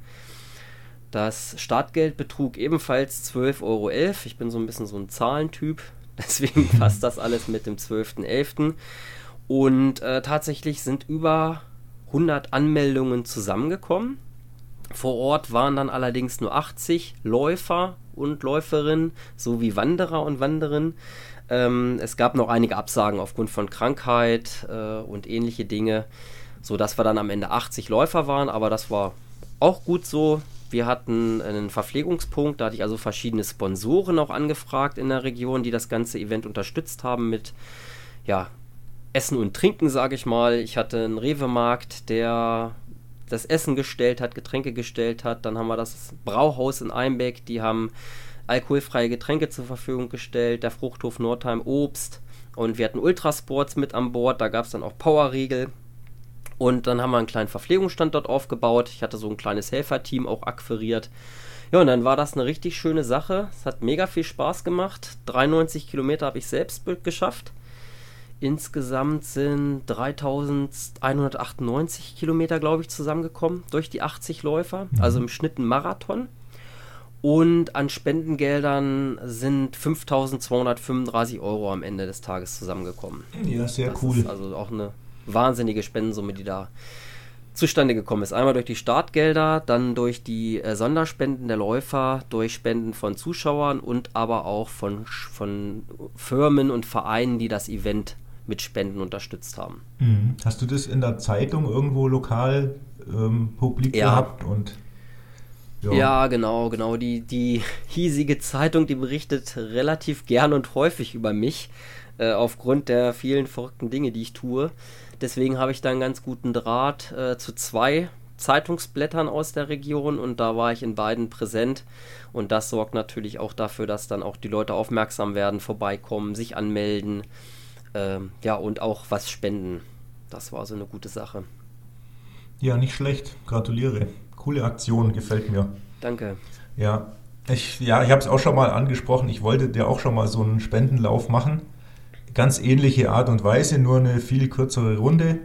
Das Startgeld betrug ebenfalls zwölf Euro elf, ich bin so ein bisschen so ein Zahlentyp, deswegen passt das alles mit dem zwölften elften Und äh, tatsächlich sind über hundert Anmeldungen zusammengekommen. Vor Ort waren dann allerdings nur achtzig Läufer und Läuferinnen sowie Wanderer und Wanderinnen. Ähm, es gab noch einige Absagen aufgrund von Krankheit äh, und ähnliche Dinge, sodass wir dann am Ende achtzig Läufer waren, aber das war auch gut so. Wir hatten einen Verpflegungspunkt, da hatte ich also verschiedene Sponsoren auch angefragt in der Region, die das ganze Event unterstützt haben mit, ja, Essen und Trinken, sage ich mal. Ich hatte einen Rewe-Markt, der das Essen gestellt hat, Getränke gestellt hat. Dann haben wir das Brauhaus in Einbeck, die haben alkoholfreie Getränke zur Verfügung gestellt. Der Fruchthof Nordheim Obst. Und wir hatten Ultrasports mit an Bord. Da gab es dann auch Powerriegel. Und dann haben wir einen kleinen Verpflegungsstand dort aufgebaut. Ich hatte so ein kleines Helferteam auch akquiriert. Ja, und dann war das eine richtig schöne Sache. Es hat mega viel Spaß gemacht. dreiundneunzig Kilometer habe ich selbst geschafft. Insgesamt sind dreitausendeinhundertachtundneunzig Kilometer, glaube ich, zusammengekommen durch die achtzig Läufer, mhm. also im Schnitt ein Marathon. Und an Spendengeldern sind fünftausendzweihundertfünfunddreißig Euro am Ende des Tages zusammengekommen. Ja, sehr das cool. Ist also auch eine wahnsinnige Spendensumme, die da zustande gekommen ist. Einmal durch die Startgelder, dann durch die äh, Sonderspenden der Läufer, durch Spenden von Zuschauern und aber auch von, von Firmen und Vereinen, die das Event mit Spenden unterstützt haben. Mhm. Hast du das in der Zeitung irgendwo lokal ähm, publik ja. gehabt? Und ja. ja, genau, genau. Die, die hiesige Zeitung, die berichtet relativ gern und häufig über mich, äh, aufgrund der vielen verrückten Dinge, die ich tue. Deswegen habe ich da einen ganz guten Draht äh, zu zwei Zeitungsblättern aus der Region und da war ich in beiden präsent und das sorgt natürlich auch dafür, dass dann auch die Leute aufmerksam werden, vorbeikommen, sich anmelden, ähm, ja, und auch was spenden. Das war so eine gute Sache. Ja, nicht schlecht. Gratuliere. Coole Aktion, gefällt mir. Danke. Ja, ich, ja, ich habe es auch schon mal angesprochen. Ich wollte dir auch schon mal so einen Spendenlauf machen. Ganz ähnliche Art und Weise, nur eine viel kürzere Runde,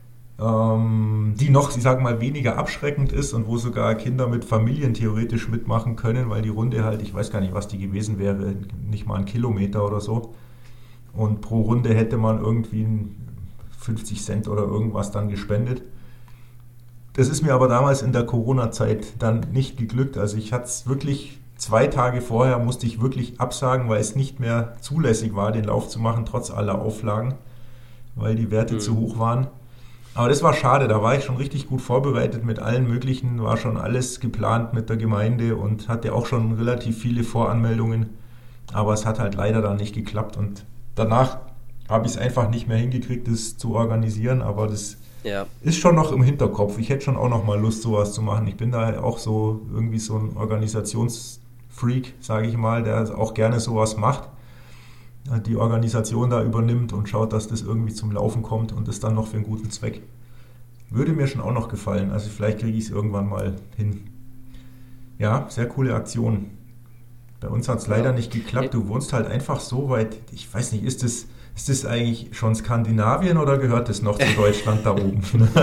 ähm, die noch, ich sag mal, weniger abschreckend ist und wo sogar Kinder mit Familien theoretisch mitmachen können, weil die Runde halt, ich weiß gar nicht, was die gewesen wäre, nicht mal ein Kilometer oder so. Und pro Runde hätte man irgendwie fünfzig Cent oder irgendwas dann gespendet. Das ist mir aber damals in der Corona-Zeit dann nicht geglückt. Also ich hatte es wirklich... Zwei Tage vorher musste ich wirklich absagen, weil es nicht mehr zulässig war, den Lauf zu machen, trotz aller Auflagen, weil die Werte mhm. zu hoch waren. Aber das war schade, da war ich schon richtig gut vorbereitet mit allen möglichen, war schon alles geplant mit der Gemeinde und hatte auch schon relativ viele Voranmeldungen. Aber es hat halt leider dann nicht geklappt und danach habe ich es einfach nicht mehr hingekriegt, das zu organisieren, aber das ja. ist schon noch im Hinterkopf. Ich hätte schon auch noch mal Lust, sowas zu machen. Ich bin da auch so irgendwie so ein Organisations- Freak, sage ich mal, der auch gerne sowas macht, die Organisation da übernimmt und schaut, dass das irgendwie zum Laufen kommt und das dann noch für einen guten Zweck. Würde mir schon auch noch gefallen, also vielleicht kriege ich es irgendwann mal hin. Ja, sehr coole Aktion. Bei uns hat es leider ja. nicht geklappt, du wohnst halt einfach so weit, ich weiß nicht, ist das, ist das eigentlich schon Skandinavien oder gehört das noch zu Deutschland da oben?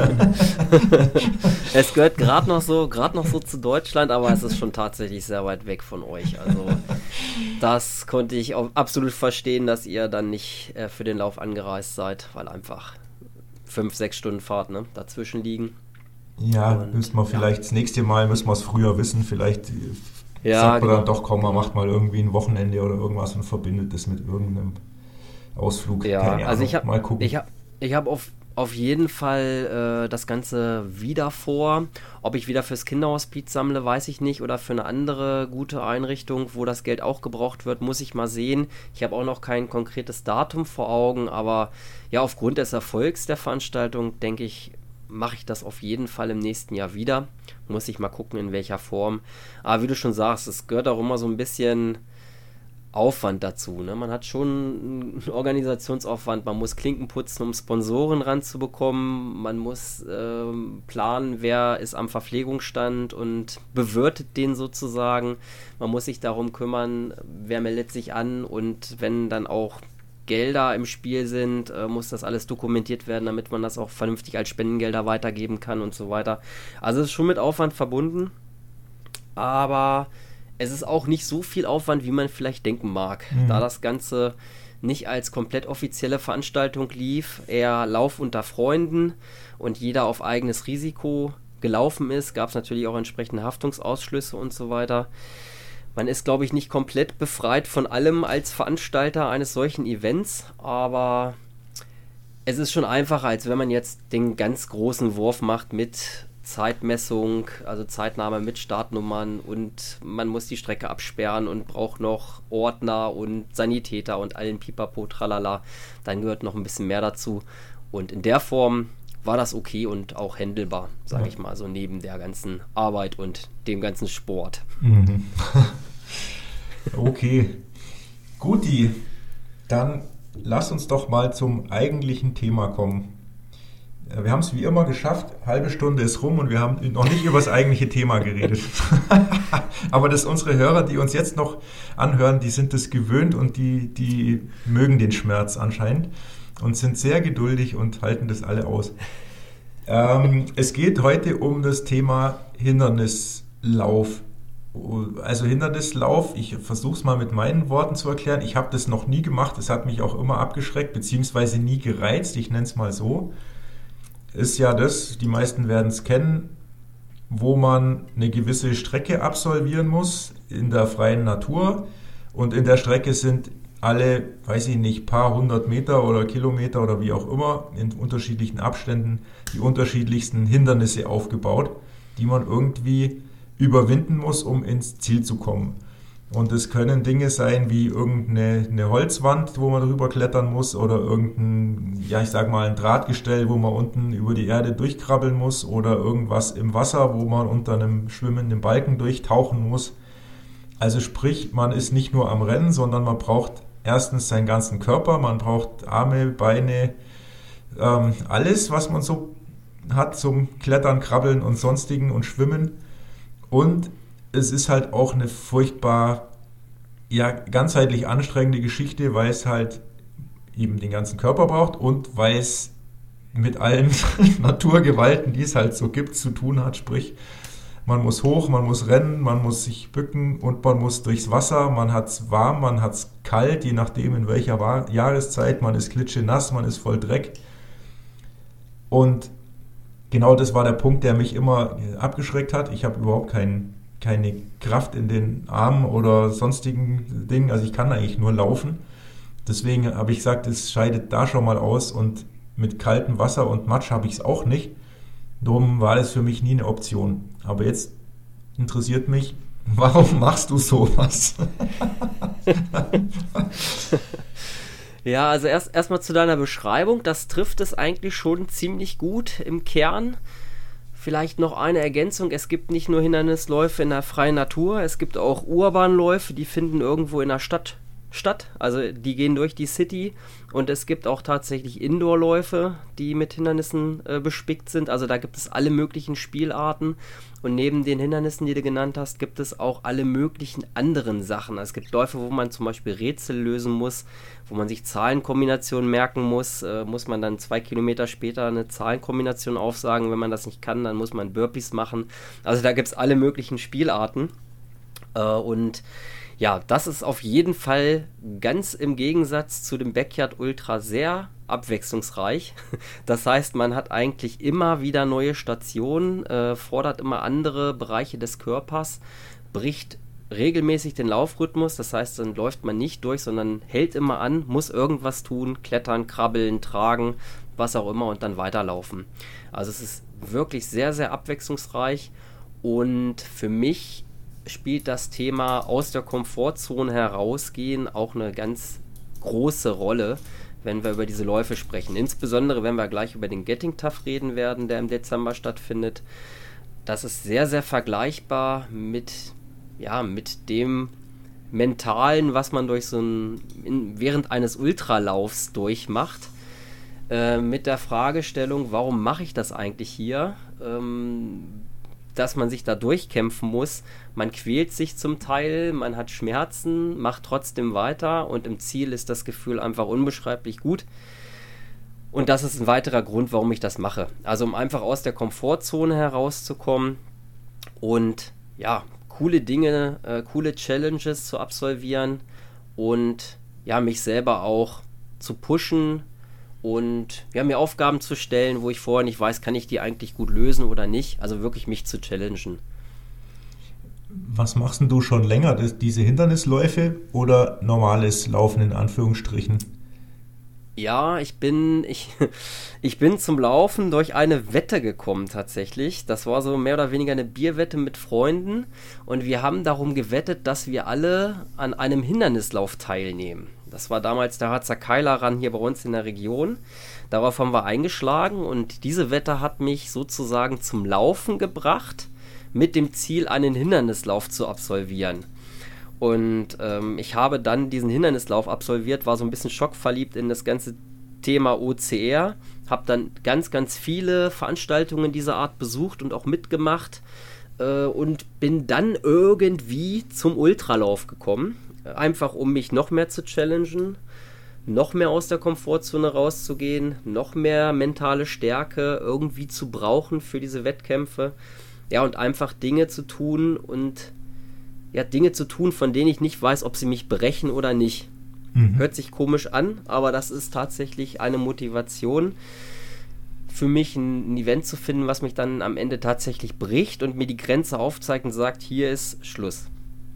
Es gehört gerade noch so, gerade noch so zu Deutschland, aber es ist schon tatsächlich sehr weit weg von euch. Also das konnte ich auch absolut verstehen, dass ihr dann nicht äh, für den Lauf angereist seid, weil einfach fünf, sechs Stunden Fahrt, ne, dazwischen liegen. Ja, und, müssen wir vielleicht ja. das nächste Mal, müssen wir es früher wissen, vielleicht ja, sagt man genau. dann doch, komm, man macht mal irgendwie ein Wochenende oder irgendwas und verbindet das mit irgendeinem Ausflug. Ja, Keine also Ahnung. ich habe mal gucken. Ich habe ich hab auf, auf jeden Fall äh, das Ganze wieder vor. Ob ich wieder fürs Kinderhospiz sammle, weiß ich nicht. Oder für eine andere gute Einrichtung, wo das Geld auch gebraucht wird, muss ich mal sehen. Ich habe auch noch kein konkretes Datum vor Augen, aber ja, aufgrund des Erfolgs der Veranstaltung, denke ich, mache ich das auf jeden Fall im nächsten Jahr wieder. Muss ich mal gucken, in welcher Form. Aber wie du schon sagst, es gehört auch immer so ein bisschen Aufwand dazu. Ne? Man hat schon einen Organisationsaufwand, man muss Klinken putzen, um Sponsoren ranzubekommen, man muss ähm, planen, wer ist am Verpflegungsstand und bewirtet den sozusagen. Man muss sich darum kümmern, wer meldet sich an, und wenn dann auch Gelder im Spiel sind, äh, muss das alles dokumentiert werden, damit man das auch vernünftig als Spendengelder weitergeben kann und so weiter. Also es ist schon mit Aufwand verbunden, aber es ist auch nicht so viel Aufwand, wie man vielleicht denken mag, mhm. da das Ganze nicht als komplett offizielle Veranstaltung lief, eher Lauf unter Freunden und jeder auf eigenes Risiko gelaufen ist, gab es natürlich auch entsprechende Haftungsausschlüsse und so weiter. Man ist, glaube ich, nicht komplett befreit von allem als Veranstalter eines solchen Events, aber es ist schon einfacher, als wenn man jetzt den ganz großen Wurf macht mit Zeitmessung, also Zeitnahme mit Startnummern, und man muss die Strecke absperren und braucht noch Ordner und Sanitäter und allen Pipapo, tralala. Dann gehört noch ein bisschen mehr dazu. Und in der Form war das okay und auch händelbar, sage ja. ich mal, so neben der ganzen Arbeit und dem ganzen Sport. Mhm. Okay, guti, dann lass uns doch mal zum eigentlichen Thema kommen. Wir haben es wie immer geschafft, halbe Stunde ist rum und wir haben noch nicht über das eigentliche Thema geredet. Aber das unsere Hörer, die uns jetzt noch anhören, die sind das gewöhnt und die, die mögen den Schmerz anscheinend und sind sehr geduldig und halten das alle aus. Ähm, es geht heute um das Thema Hindernislauf. Also Hindernislauf, ich versuche es mal mit meinen Worten zu erklären. Ich habe das noch nie gemacht, es hat mich auch immer abgeschreckt, beziehungsweise nie gereizt, ich nenne es mal so. Ist ja das, die meisten werden es kennen, wo man eine gewisse Strecke absolvieren muss in der freien Natur, und in der Strecke sind alle, weiß ich nicht, paar hundert Meter oder Kilometer oder wie auch immer in unterschiedlichen Abständen die unterschiedlichsten Hindernisse aufgebaut, die man irgendwie überwinden muss, um ins Ziel zu kommen. Und es können Dinge sein wie irgendeine eine Holzwand, wo man drüber klettern muss, oder irgendein, ja ich sag mal, ein Drahtgestell, wo man unten über die Erde durchkrabbeln muss, oder irgendwas im Wasser, wo man unter einem schwimmenden Balken durchtauchen muss. Also sprich, man ist nicht nur am Rennen, sondern man braucht erstens seinen ganzen Körper, man braucht Arme, Beine, ähm, alles, was man so hat zum Klettern, Krabbeln und sonstigen und Schwimmen. Und es ist halt auch eine furchtbar, ja, ganzheitlich anstrengende Geschichte, weil es halt eben den ganzen Körper braucht und weil es mit allen Naturgewalten, die es halt so gibt, zu tun hat. Sprich, man muss hoch, man muss rennen, man muss sich bücken und man muss durchs Wasser. Man hat es warm, man hat es kalt, je nachdem in welcher Jahreszeit. Man ist klitschenass, man ist voll Dreck. Und genau das war der Punkt, der mich immer abgeschreckt hat. Ich habe überhaupt keinen keine Kraft in den Armen oder sonstigen Dingen, also ich kann eigentlich nur laufen. Deswegen habe ich gesagt, es scheidet da schon mal aus, und mit kaltem Wasser und Matsch habe ich es auch nicht. Darum war das für mich nie eine Option. Aber jetzt interessiert mich, warum machst du sowas? Ja, also erst erstmal zu deiner Beschreibung, das trifft es eigentlich schon ziemlich gut im Kern. Vielleicht noch eine Ergänzung, es gibt nicht nur Hindernisläufe in der freien Natur, es gibt auch Urbanläufe, die finden irgendwo in der Stadt statt, also die gehen durch die City, und es gibt auch tatsächlich Indoorläufe, die mit Hindernissen äh, bespickt sind, also da gibt es alle möglichen Spielarten, und neben den Hindernissen, die du genannt hast, gibt es auch alle möglichen anderen Sachen. Es gibt Läufe, wo man zum Beispiel Rätsel lösen muss, wo man sich Zahlenkombinationen merken muss, äh, muss man dann zwei Kilometer später eine Zahlenkombination aufsagen. Wenn man das nicht kann, dann muss man Burpees machen. Also da gibt es alle möglichen Spielarten. Äh, und ja, das ist auf jeden Fall ganz im Gegensatz zu dem Backyard Ultra sehr abwechslungsreich. Das heißt, man hat eigentlich immer wieder neue Stationen, äh, fordert immer andere Bereiche des Körpers, bricht regelmäßig den Laufrhythmus, das heißt, dann läuft man nicht durch, sondern hält immer an, muss irgendwas tun, klettern, krabbeln, tragen, was auch immer, und dann weiterlaufen. Also es ist wirklich sehr, sehr abwechslungsreich, und für mich spielt das Thema aus der Komfortzone herausgehen auch eine ganz große Rolle, wenn wir über diese Läufe sprechen. Insbesondere, wenn wir gleich über den Getting Tough reden werden, der im Dezember stattfindet. Das ist sehr, sehr vergleichbar mit, ja, mit dem Mentalen, was man durch so ein, in, während eines Ultralaufs durchmacht, äh, mit der Fragestellung, warum mache ich das eigentlich hier? Ähm, dass man sich da durchkämpfen muss. Man quält sich zum Teil, man hat Schmerzen, macht trotzdem weiter und im Ziel ist das Gefühl einfach unbeschreiblich gut. Und das ist ein weiterer Grund, warum ich das mache. Also um einfach aus der Komfortzone herauszukommen und ja, coole Dinge, äh, coole Challenges zu absolvieren und ja, mich selber auch zu pushen und ja, mir Aufgaben zu stellen, wo ich vorher nicht weiß, kann ich die eigentlich gut lösen oder nicht. Also wirklich mich zu challengen. Was machst denn du schon länger? Das, diese Hindernisläufe oder normales Laufen in Anführungsstrichen? Ja, ich bin, ich, ich bin zum Laufen durch eine Wette gekommen tatsächlich. Das war so mehr oder weniger eine Bierwette mit Freunden und wir haben darum gewettet, dass wir alle an einem Hindernislauf teilnehmen. Das war damals der Harzer Keiler-Run hier bei uns in der Region. Darauf haben wir eingeschlagen und diese Wette hat mich sozusagen zum Laufen gebracht, mit dem Ziel, einen Hindernislauf zu absolvieren. Und ähm, ich habe dann diesen Hindernislauf absolviert, war so ein bisschen schockverliebt in das ganze Thema O C R, habe dann ganz, ganz viele Veranstaltungen dieser Art besucht und auch mitgemacht äh, und bin dann irgendwie zum Ultralauf gekommen, einfach um mich noch mehr zu challengen, noch mehr aus der Komfortzone rauszugehen, noch mehr mentale Stärke irgendwie zu brauchen für diese Wettkämpfe, ja, und einfach Dinge zu tun und ja, Dinge zu tun, von denen ich nicht weiß, ob sie mich brechen oder nicht. Mhm. Hört sich komisch an, aber das ist tatsächlich eine Motivation für mich, ein, ein Event zu finden, was mich dann am Ende tatsächlich bricht und mir die Grenze aufzeigt und sagt, hier ist Schluss.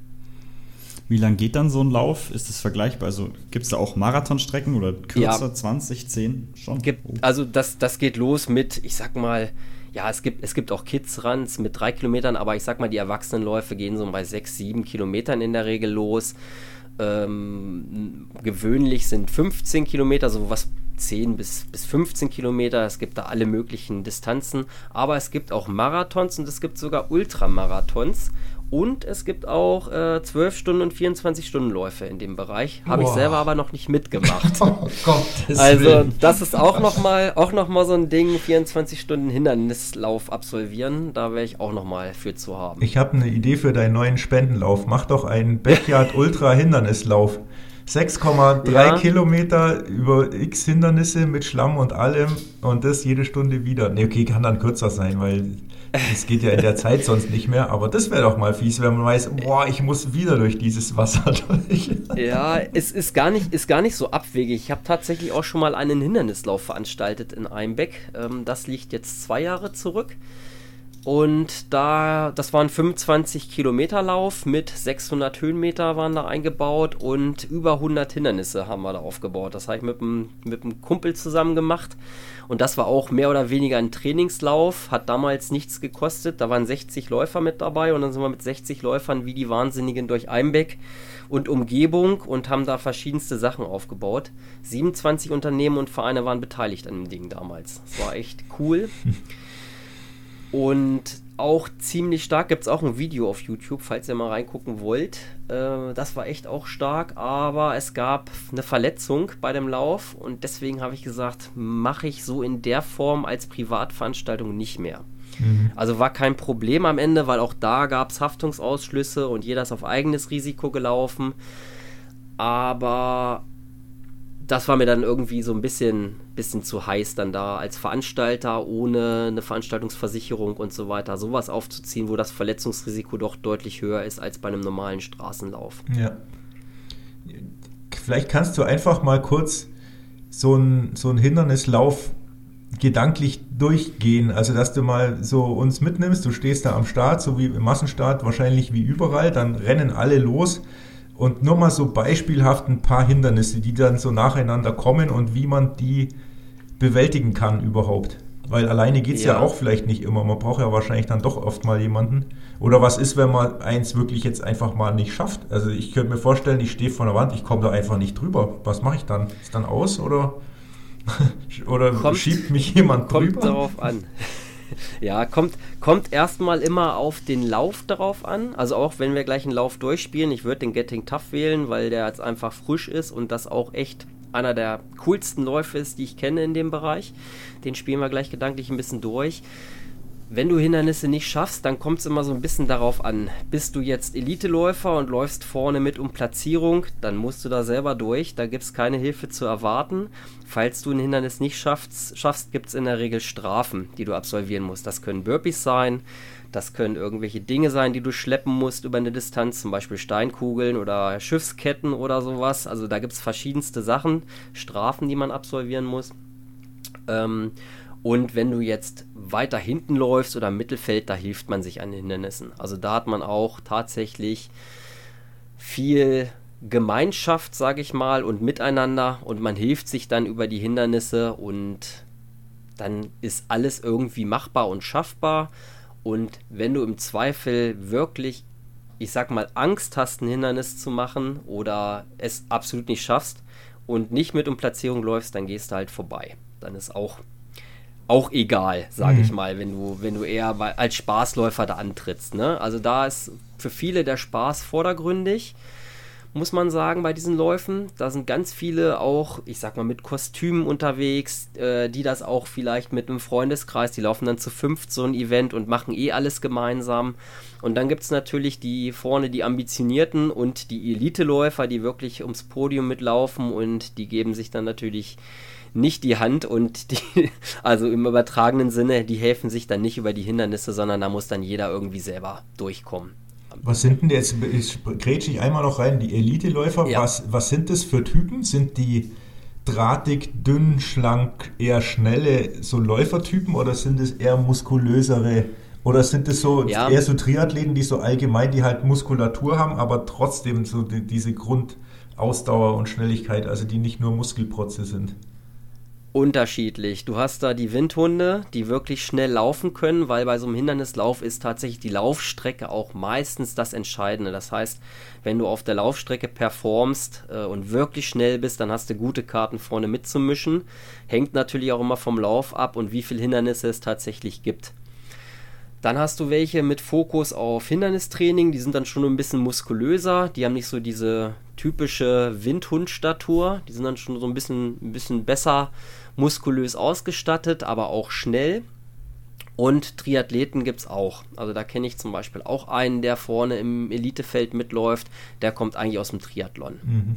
Wie lang geht dann so ein Lauf? Ist das vergleichbar? Also gibt es da auch Marathonstrecken oder kürzer, ja. zwanzig, zehn schon? Gibt, oh. Also das, das geht los mit, ich sag mal, ja, es gibt, es gibt auch Kids-Runs mit drei Kilometern, aber ich sag mal, die Erwachsenenläufe gehen so bei sechs, sieben Kilometern in der Regel los. Ähm, gewöhnlich sind fünfzehn Kilometer, so was zehn bis fünfzehn Kilometer. Es gibt da alle möglichen Distanzen, aber es gibt auch Marathons und es gibt sogar Ultramarathons. Und es gibt auch äh, zwölf Stunden und vierundzwanzig Stunden Läufe in dem Bereich. Habe ich selber aber noch nicht mitgemacht. Oh Gott, also Willen. Das ist auch nochmal auch noch mal so ein Ding, vierundzwanzig Stunden Hindernislauf absolvieren. Da wäre ich auch nochmal für zu haben. Ich habe eine Idee für deinen neuen Spendenlauf. Mach doch einen Backyard Ultra Hindernislauf. sechs Komma drei ja. Kilometer über x Hindernisse mit Schlamm und allem und das jede Stunde wieder. Ne, okay, kann dann kürzer sein, weil es geht ja in der Zeit sonst nicht mehr, aber das wäre doch mal fies, wenn man weiß, boah, ich muss wieder durch dieses Wasser durch. Ja, es ist gar nicht, ist gar nicht so abwegig. Ich habe tatsächlich auch schon mal einen Hindernislauf veranstaltet in Einbeck. Das liegt jetzt zwei Jahre zurück. Und da, das war ein fünfundzwanzig Kilometer Lauf mit sechshundert Höhenmeter waren da eingebaut und über hundert Hindernisse haben wir da aufgebaut. Das habe ich mit einem, mit einem Kumpel zusammen gemacht und das war auch mehr oder weniger ein Trainingslauf, hat damals nichts gekostet. Da waren sechzig Läufer mit dabei und dann sind wir mit sechzig Läufern wie die Wahnsinnigen durch Einbeck und Umgebung und haben da verschiedenste Sachen aufgebaut. siebenundzwanzig Unternehmen und Vereine waren beteiligt an dem Ding damals. Das war echt cool. Und auch ziemlich stark, gibt es auch ein Video auf YouTube, falls ihr mal reingucken wollt. Äh, das war echt auch stark, aber es gab eine Verletzung bei dem Lauf und deswegen habe ich gesagt, mache ich so in der Form als Privatveranstaltung nicht mehr. Mhm. Also war kein Problem am Ende, weil auch da gab es Haftungsausschlüsse und jeder ist auf eigenes Risiko gelaufen. Aber das war mir dann irgendwie so ein bisschen, bisschen zu heiß, dann da als Veranstalter ohne eine Veranstaltungsversicherung und so weiter sowas aufzuziehen, wo das Verletzungsrisiko doch deutlich höher ist als bei einem normalen Straßenlauf. Ja. Vielleicht kannst du einfach mal kurz so ein, so ein Hindernislauf gedanklich durchgehen, also dass du mal so uns mitnimmst, du stehst da am Start, so wie im Massenstart, wahrscheinlich wie überall, dann rennen alle los. Und nur mal so beispielhaft ein paar Hindernisse, die dann so nacheinander kommen und wie man die bewältigen kann überhaupt. Weil alleine geht es ja. ja auch vielleicht nicht immer. Man braucht ja wahrscheinlich dann doch oft mal jemanden. Oder was ist, wenn man eins wirklich jetzt einfach mal nicht schafft? Also ich könnte mir vorstellen, ich stehe vor der Wand, ich komme da einfach nicht drüber. Was mache ich dann? Ist dann aus oder, oder kommt, schiebt mich jemand kommt drüber? Kommt darauf an. Ja, kommt, kommt erstmal immer auf den Lauf darauf an. Also auch wenn wir gleich einen Lauf durchspielen, ich würde den Getting Tough wählen, weil der jetzt einfach frisch ist und das auch echt einer der coolsten Läufe ist, die ich kenne in dem Bereich. Den spielen wir gleich gedanklich ein bisschen durch. Wenn du Hindernisse nicht schaffst, dann kommt es immer so ein bisschen darauf an, bist du jetzt Eliteläufer und läufst vorne mit um Platzierung, dann musst du da selber durch, da gibt es keine Hilfe zu erwarten. Falls du ein Hindernis nicht schaffst, schaffst gibt es in der Regel Strafen, die du absolvieren musst. Das können Burpees sein, das können irgendwelche Dinge sein, die du schleppen musst über eine Distanz, zum Beispiel Steinkugeln oder Schiffsketten oder sowas. Also da gibt es verschiedenste Sachen, Strafen, die man absolvieren muss. Ähm, Und wenn du jetzt weiter hinten läufst oder im Mittelfeld, da hilft man sich an Hindernissen. Also da hat man auch tatsächlich viel Gemeinschaft, sage ich mal, und Miteinander und man hilft sich dann über die Hindernisse und dann ist alles irgendwie machbar und schaffbar. Und wenn du im Zweifel wirklich, ich sag mal, Angst hast, ein Hindernis zu machen oder es absolut nicht schaffst und nicht mit um Platzierung läufst, dann gehst du halt vorbei. Dann ist auch Auch egal, sage Mhm. ich mal, wenn du, wenn du eher bei, als Spaßläufer da antrittst. Ne? Also da ist für viele der Spaß vordergründig, muss man sagen, bei diesen Läufen. Da sind ganz viele auch, ich sag mal, mit Kostümen unterwegs, äh, die das auch vielleicht mit einem Freundeskreis, die laufen dann zu fünft so ein Event und machen eh alles gemeinsam. Und dann gibt es natürlich die vorne die Ambitionierten und die Eliteläufer, die wirklich ums Podium mitlaufen und die geben sich dann natürlich nicht die Hand und die, also im übertragenen Sinne, die helfen sich dann nicht über die Hindernisse, sondern da muss dann jeder irgendwie selber durchkommen. Was sind denn jetzt, ich grätsche ich einmal noch rein, die Eliteläufer, Ja. was, was sind das für Typen? Sind die drahtig, dünn, schlank, eher schnelle, so Läufertypen oder sind es eher muskulösere, oder sind es so Ja. eher so Triathleten, die so allgemein, die halt Muskulatur haben, aber trotzdem so die, diese Grundausdauer und Schnelligkeit, also die nicht nur Muskelprotze sind? Unterschiedlich. Du hast da die Windhunde, die wirklich schnell laufen können, weil bei so einem Hindernislauf ist tatsächlich die Laufstrecke auch meistens das Entscheidende. Das heißt, wenn du auf der Laufstrecke performst äh, und wirklich schnell bist, dann hast du gute Karten vorne mitzumischen. Hängt natürlich auch immer vom Lauf ab und wie viele Hindernisse es tatsächlich gibt. Dann hast du welche mit Fokus auf Hindernistraining, die sind dann schon ein bisschen muskulöser, die haben nicht so diese typische Windhundstatur, die sind dann schon so ein bisschen, ein bisschen besser muskulös ausgestattet, aber auch schnell. Und Triathleten gibt es auch. Also da kenne ich zum Beispiel auch einen, der vorne im Elitefeld mitläuft, der kommt eigentlich aus dem Triathlon. Mhm.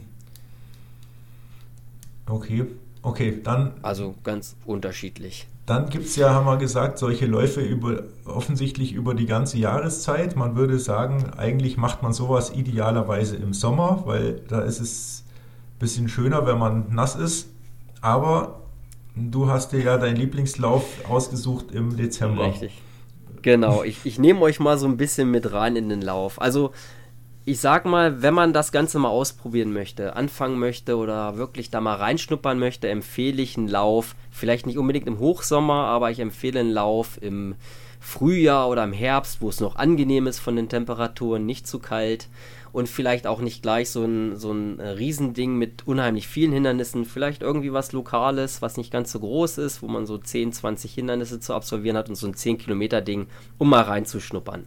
Okay, okay, dann... Also ganz unterschiedlich. Dann gibt es ja, haben wir gesagt, solche Läufe über, offensichtlich über die ganze Jahreszeit. Man würde sagen, eigentlich macht man sowas idealerweise im Sommer, weil da ist es ein bisschen schöner, wenn man nass ist. Aber du hast dir ja deinen Lieblingslauf ausgesucht im Dezember. Richtig. Genau, ich, ich nehme euch mal so ein bisschen mit rein in den Lauf. Also ich sag mal, wenn man das Ganze mal ausprobieren möchte, anfangen möchte oder wirklich da mal reinschnuppern möchte, empfehle ich einen Lauf, vielleicht nicht unbedingt im Hochsommer, aber ich empfehle einen Lauf im Frühjahr oder im Herbst, wo es noch angenehm ist von den Temperaturen, nicht zu kalt und vielleicht auch nicht gleich so ein, so ein Riesending mit unheimlich vielen Hindernissen, vielleicht irgendwie was Lokales, was nicht ganz so groß ist, wo man so zehn, zwanzig Hindernisse zu absolvieren hat und so ein zehn Kilometer Ding, um mal reinzuschnuppern.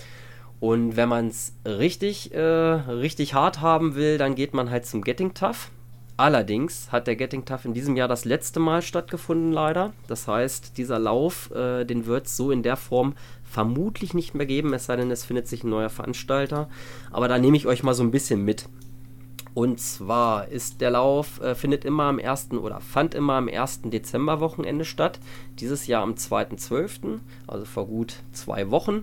Und wenn man es richtig, äh, richtig hart haben will, dann geht man halt zum Getting Tough. Allerdings hat der Getting Tough in diesem Jahr das letzte Mal stattgefunden, leider. Das heißt, dieser Lauf, äh, den wird es so in der Form vermutlich nicht mehr geben, es sei denn, es findet sich ein neuer Veranstalter. Aber da nehme ich euch mal so ein bisschen mit. Und zwar ist der Lauf, äh, findet immer am ersten oder fand immer am ersten Dezemberwochenende statt. Dieses Jahr am zweiten zwölften, also vor gut zwei Wochen.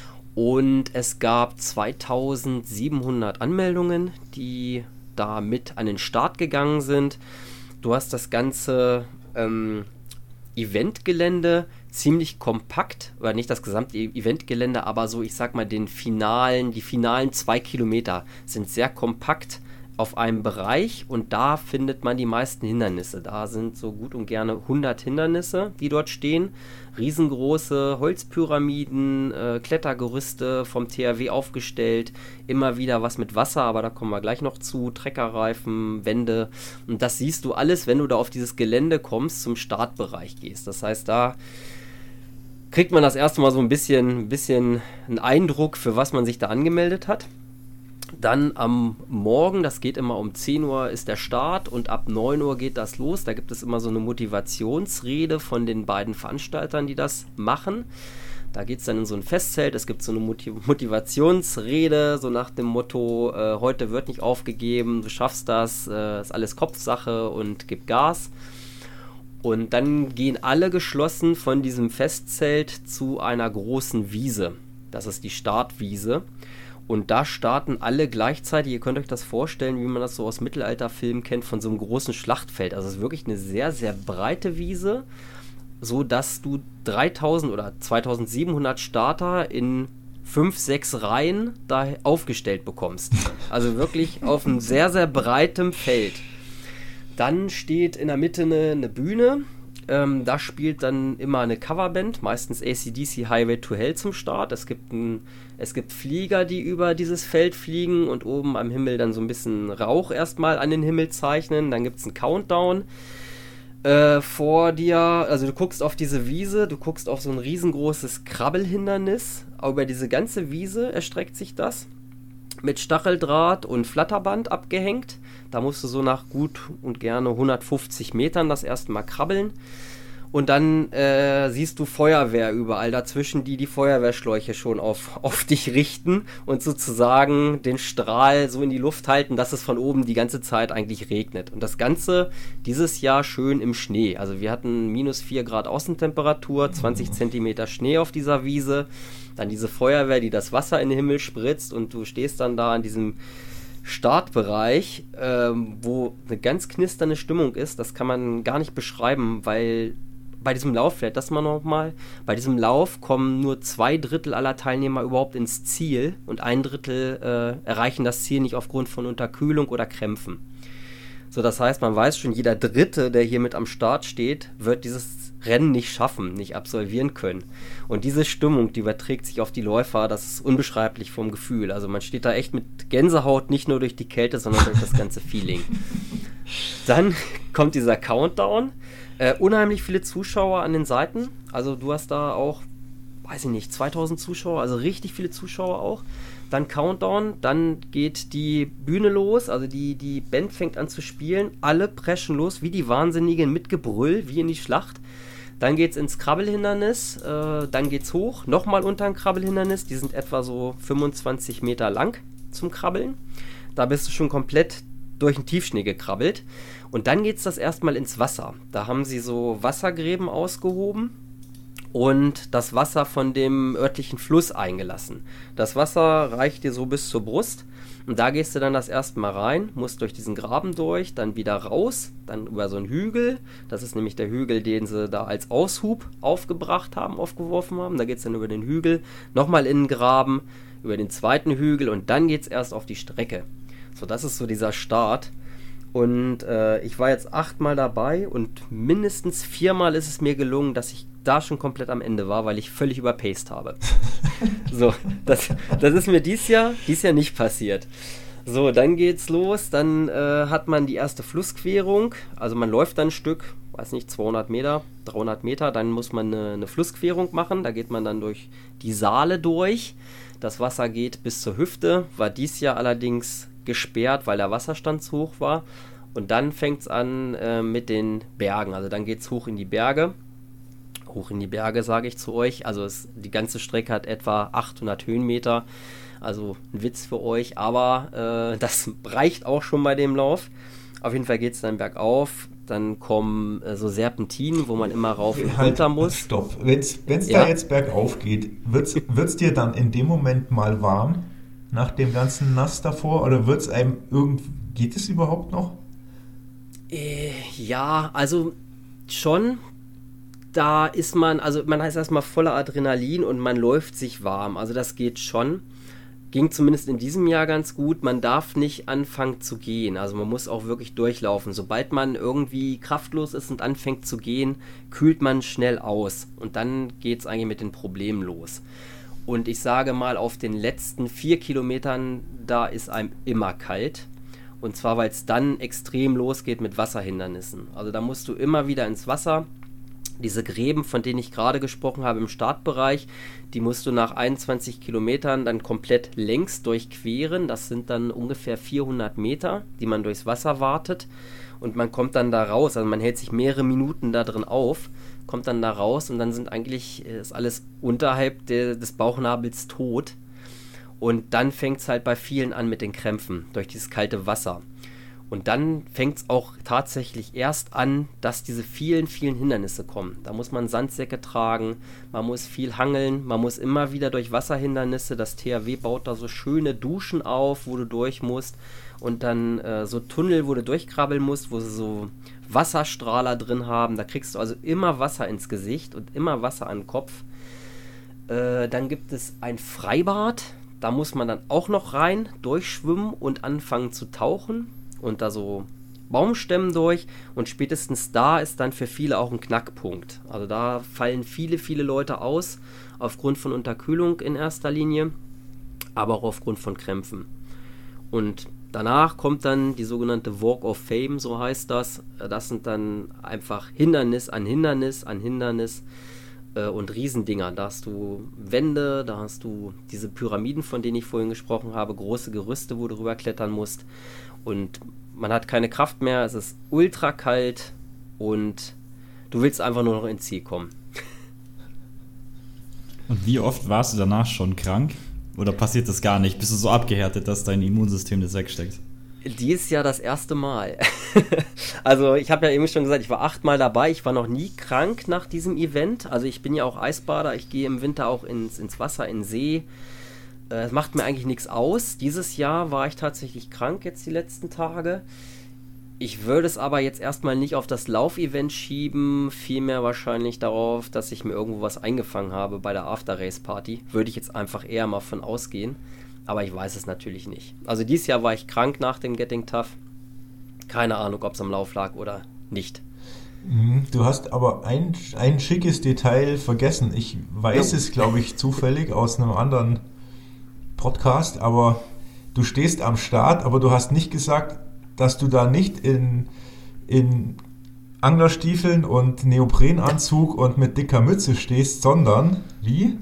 Und es gab zweitausendsiebenhundert Anmeldungen, die da mit an den Start gegangen sind. Du hast das ganze ähm, Eventgelände ziemlich kompakt, oder nicht das gesamte Eventgelände, aber so, ich sag mal, den finalen, die finalen zwei Kilometer sind sehr kompakt auf einem Bereich und da findet man die meisten Hindernisse. Da sind so gut und gerne hundert Hindernisse, die dort stehen. Riesengroße Holzpyramiden, äh, Klettergerüste vom T H W aufgestellt, immer wieder was mit Wasser, aber da kommen wir gleich noch zu, Treckerreifen, Wände und das siehst du alles, wenn du da auf dieses Gelände kommst, zum Startbereich gehst. Das heißt, da kriegt man das erste Mal so ein bisschen, bisschen einen Eindruck, für was man sich da angemeldet hat. Dann am Morgen, das geht immer um zehn Uhr, ist der Start und ab neun Uhr geht das los. Da gibt es immer so eine Motivationsrede von den beiden Veranstaltern, die das machen. Da geht es dann in so ein Festzelt, es gibt so eine Motiv- Motivationsrede, so nach dem Motto, äh, heute wird nicht aufgegeben, du schaffst das, äh, ist alles Kopfsache und gib Gas. Und dann gehen alle geschlossen von diesem Festzelt zu einer großen Wiese. Das ist die Startwiese. Und da starten alle gleichzeitig, ihr könnt euch das vorstellen, wie man das so aus Mittelalterfilmen kennt, von so einem großen Schlachtfeld. Also es ist wirklich eine sehr, sehr breite Wiese, so dass du dreitausend oder zweitausendsiebenhundert Starter in fünf, sechs Reihen da aufgestellt bekommst. Also wirklich auf einem sehr, sehr breitem Feld. Dann steht in der Mitte eine, eine Bühne. Ähm, da spielt dann immer eine Coverband, meistens A C D C Highway to Hell zum Start. Es gibt, ein, es gibt Flieger, die über dieses Feld fliegen und oben am Himmel dann so ein bisschen Rauch erstmal an den Himmel zeichnen. Dann gibt es einen Countdown äh, vor dir. Also du guckst auf diese Wiese, du guckst auf so ein riesengroßes Krabbelhindernis. Über diese ganze Wiese erstreckt sich das. Mit Stacheldraht und Flatterband abgehängt. Da musst du so nach gut und gerne hundertfünfzig Metern das erste Mal krabbeln. Und dann äh, siehst du Feuerwehr überall dazwischen, die die Feuerwehrschläuche schon auf, auf dich richten und sozusagen den Strahl so in die Luft halten, dass es von oben die ganze Zeit eigentlich regnet. Und das Ganze dieses Jahr schön im Schnee. Also wir hatten minus vier Grad Außentemperatur, zwanzig Zentimeter Schnee auf dieser Wiese. Dann diese Feuerwehr, die das Wasser in den Himmel spritzt und du stehst dann da an diesem Startbereich, ähm, wo eine ganz knisternde Stimmung ist. Das kann man gar nicht beschreiben, weil bei diesem Lauf, vielleicht das mal nochmal, bei diesem Lauf kommen nur zwei Drittel aller Teilnehmer überhaupt ins Ziel und ein Drittel äh, erreichen das Ziel nicht aufgrund von Unterkühlung oder Krämpfen. So, das heißt, man weiß schon, jeder Dritte, der hier mit am Start steht, wird dieses Rennen nicht schaffen, nicht absolvieren können. Und diese Stimmung, die überträgt sich auf die Läufer, das ist unbeschreiblich vom Gefühl. Also man steht da echt mit Gänsehaut, nicht nur durch die Kälte, sondern durch das ganze Feeling. Dann kommt dieser Countdown. Äh, unheimlich viele Zuschauer an den Seiten. Also du hast da auch, weiß ich nicht, zweitausend Zuschauer, also richtig viele Zuschauer auch. Dann Countdown, dann geht die Bühne los, also die, die Band fängt an zu spielen, alle preschen los, wie die Wahnsinnigen, mit Gebrüll, wie in die Schlacht. Dann geht's ins Krabbelhindernis, äh, dann geht's hoch, nochmal unter ein Krabbelhindernis, die sind etwa so fünfundzwanzig Meter lang zum Krabbeln. Da bist du schon komplett durch den Tiefschnee gekrabbelt. Und dann geht's das erstmal ins Wasser. Da haben sie so Wassergräben ausgehoben und das Wasser von dem örtlichen Fluss eingelassen. Das Wasser reicht dir so bis zur Brust und da gehst du dann das erste Mal rein, musst durch diesen Graben durch, dann wieder raus, dann über so einen Hügel. Das ist nämlich der Hügel, den sie da als Aushub aufgebracht haben, aufgeworfen haben. Da geht's dann über den Hügel, nochmal in den Graben, über den zweiten Hügel und dann geht's erst auf die Strecke. So, das ist so dieser Start. Und äh, ich war jetzt achtmal dabei und mindestens viermal ist es mir gelungen, dass ich da schon komplett am Ende war, weil ich völlig überpaced habe. So, das, das ist mir dieses Jahr, dieses Jahr nicht passiert. So, dann geht's los, dann äh, hat man die erste Flussquerung, also man läuft dann ein Stück, weiß nicht, zweihundert Meter, dreihundert Meter, dann muss man eine, eine Flussquerung machen, da geht man dann durch die Saale durch, das Wasser geht bis zur Hüfte, war dieses Jahr allerdings gesperrt, weil der Wasserstand zu hoch war. Und dann fängt es an äh, mit den Bergen. Also dann geht es hoch in die Berge. Hoch in die Berge, sage ich zu euch. Also es, die ganze Strecke hat etwa achthundert Höhenmeter. Also ein Witz für euch. Aber äh, das reicht auch schon bei dem Lauf. Auf jeden Fall geht es dann bergauf. Dann kommen äh, so Serpentinen, wo man immer rauf und halt, runter muss. Stopp. Wenn es ja? da jetzt bergauf geht, wird es dir dann in dem Moment mal warm? Nach dem ganzen Nass davor? Oder wird's einem irgend geht es überhaupt noch? Äh, ja, also schon. Da ist man, also man ist erstmal voller Adrenalin und man läuft sich warm. Also das geht schon. Ging zumindest in diesem Jahr ganz gut. Man darf nicht anfangen zu gehen. Also man muss auch wirklich durchlaufen. Sobald man irgendwie kraftlos ist und anfängt zu gehen, kühlt man schnell aus. Und dann geht es eigentlich mit den Problemen los. Und ich sage mal, auf den letzten vier Kilometern, da ist einem immer kalt. Und zwar, weil es dann extrem losgeht mit Wasserhindernissen. Also da musst du immer wieder ins Wasser. Diese Gräben, von denen ich gerade gesprochen habe im Startbereich, die musst du nach einundzwanzig Kilometern dann komplett längs durchqueren. Das sind dann ungefähr vierhundert Meter, die man durchs Wasser wartet. Und man kommt dann da raus, also man hält sich mehrere Minuten da drin auf, kommt dann da raus und dann sind eigentlich, ist alles unterhalb de, des Bauchnabels tot. Und dann fängt es halt bei vielen an mit den Krämpfen durch dieses kalte Wasser. Und dann fängt es auch tatsächlich erst an, dass diese vielen, vielen Hindernisse kommen. Da muss man Sandsäcke tragen, man muss viel hangeln, man muss immer wieder durch Wasserhindernisse. Das T H W baut da so schöne Duschen auf, wo du durch musst. Und dann äh, so Tunnel, wo du durchkrabbeln musst, wo sie so Wasserstrahler drin haben. Da kriegst du also immer Wasser ins Gesicht und immer Wasser an den Kopf. Äh, dann gibt es ein Freibad. Da muss man dann auch noch rein, durchschwimmen und anfangen zu tauchen. Und da so Baumstämmen durch und spätestens da ist dann für viele auch ein Knackpunkt. Also da fallen viele, viele Leute aus, aufgrund von Unterkühlung in erster Linie, aber auch aufgrund von Krämpfen. Und danach kommt dann die sogenannte Walk of Fame, so heißt das. Das sind dann einfach Hindernis an Hindernis an Hindernis äh, und Riesendinger. Da hast du Wände, da hast du diese Pyramiden, von denen ich vorhin gesprochen habe, große Gerüste, wo du rüber klettern musst. Und man hat keine Kraft mehr, es ist ultra kalt und du willst einfach nur noch ins Ziel kommen. Und wie oft warst du danach schon krank? Oder passiert das gar nicht? Bist du so abgehärtet, dass dein Immunsystem das wegsteckt? Dies Jahr das erste Mal. Also ich habe ja eben schon gesagt, ich war achtmal dabei, ich war noch nie krank nach diesem Event. Also ich bin ja auch Eisbader, ich gehe im Winter auch ins, ins Wasser, in den See. Es macht mir eigentlich nichts aus. Dieses Jahr war ich tatsächlich krank jetzt die letzten Tage. Ich würde es aber jetzt erstmal nicht auf das Laufevent schieben, vielmehr wahrscheinlich darauf, dass ich mir irgendwo was eingefangen habe bei der After-Race-Party. Würde ich jetzt einfach eher mal von ausgehen, aber ich weiß es natürlich nicht. Also dieses Jahr war ich krank nach dem Getting Tough. Keine Ahnung, ob es am Lauf lag oder nicht. Du hast aber ein, ein schickes Detail vergessen. Ich weiß ja. es, glaube ich, zufällig aus einem anderen Podcast, aber du stehst am Start, aber du hast nicht gesagt, dass du da nicht in, in Anglerstiefeln und Neoprenanzug und mit dicker Mütze stehst, sondern wie?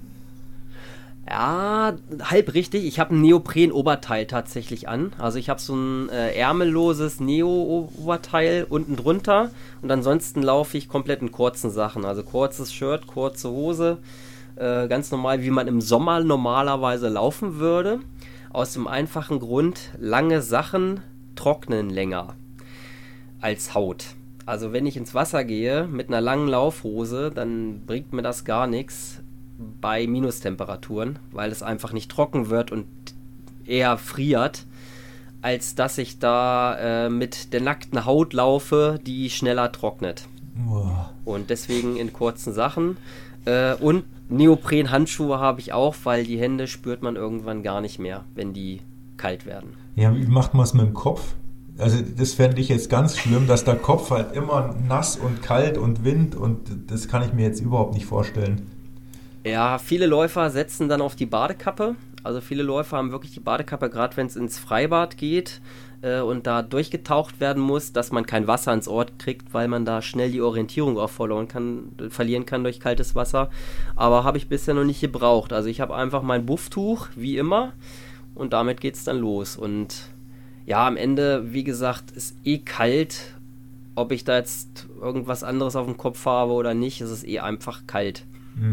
Ja, halb richtig. Ich habe ein Neopren-Oberteil tatsächlich an. Also ich habe so ein äh, ärmelloses Neo-Oberteil unten drunter und ansonsten laufe ich komplett in kurzen Sachen. Also kurzes Shirt, kurze Hose, äh, ganz normal, wie man im Sommer normalerweise laufen würde. Aus dem einfachen Grund, lange Sachen trocknen länger als Haut. Also wenn ich ins Wasser gehe mit einer langen Laufhose, dann bringt mir das gar nichts bei Minustemperaturen, weil es einfach nicht trocken wird und eher friert, als dass ich da äh, mit der nackten Haut laufe, die schneller trocknet. Wow. Und deswegen in kurzen Sachen. Äh, und Neopren-Handschuhe habe ich auch, weil die Hände spürt man irgendwann gar nicht mehr, wenn die kalt werden. Ja, wie macht man es mit dem Kopf? Also das fände ich jetzt ganz schlimm, dass der Kopf halt immer nass und kalt und Wind und das kann ich mir jetzt überhaupt nicht vorstellen. Ja, viele Läufer setzen dann auf die Badekappe. Also viele Läufer haben wirklich die Badekappe, gerade wenn es ins Freibad geht äh, und da durchgetaucht werden muss, dass man kein Wasser ins Ohr kriegt, weil man da schnell die Orientierung auch verloren kann, verlieren kann durch kaltes Wasser. Aber habe ich bisher noch nicht gebraucht. Also ich habe einfach mein Bufftuch, wie immer, und damit geht es dann los. Und ja, am Ende, wie gesagt, ist eh kalt. Ob ich da jetzt irgendwas anderes auf dem Kopf habe oder nicht, ist es eh einfach kalt.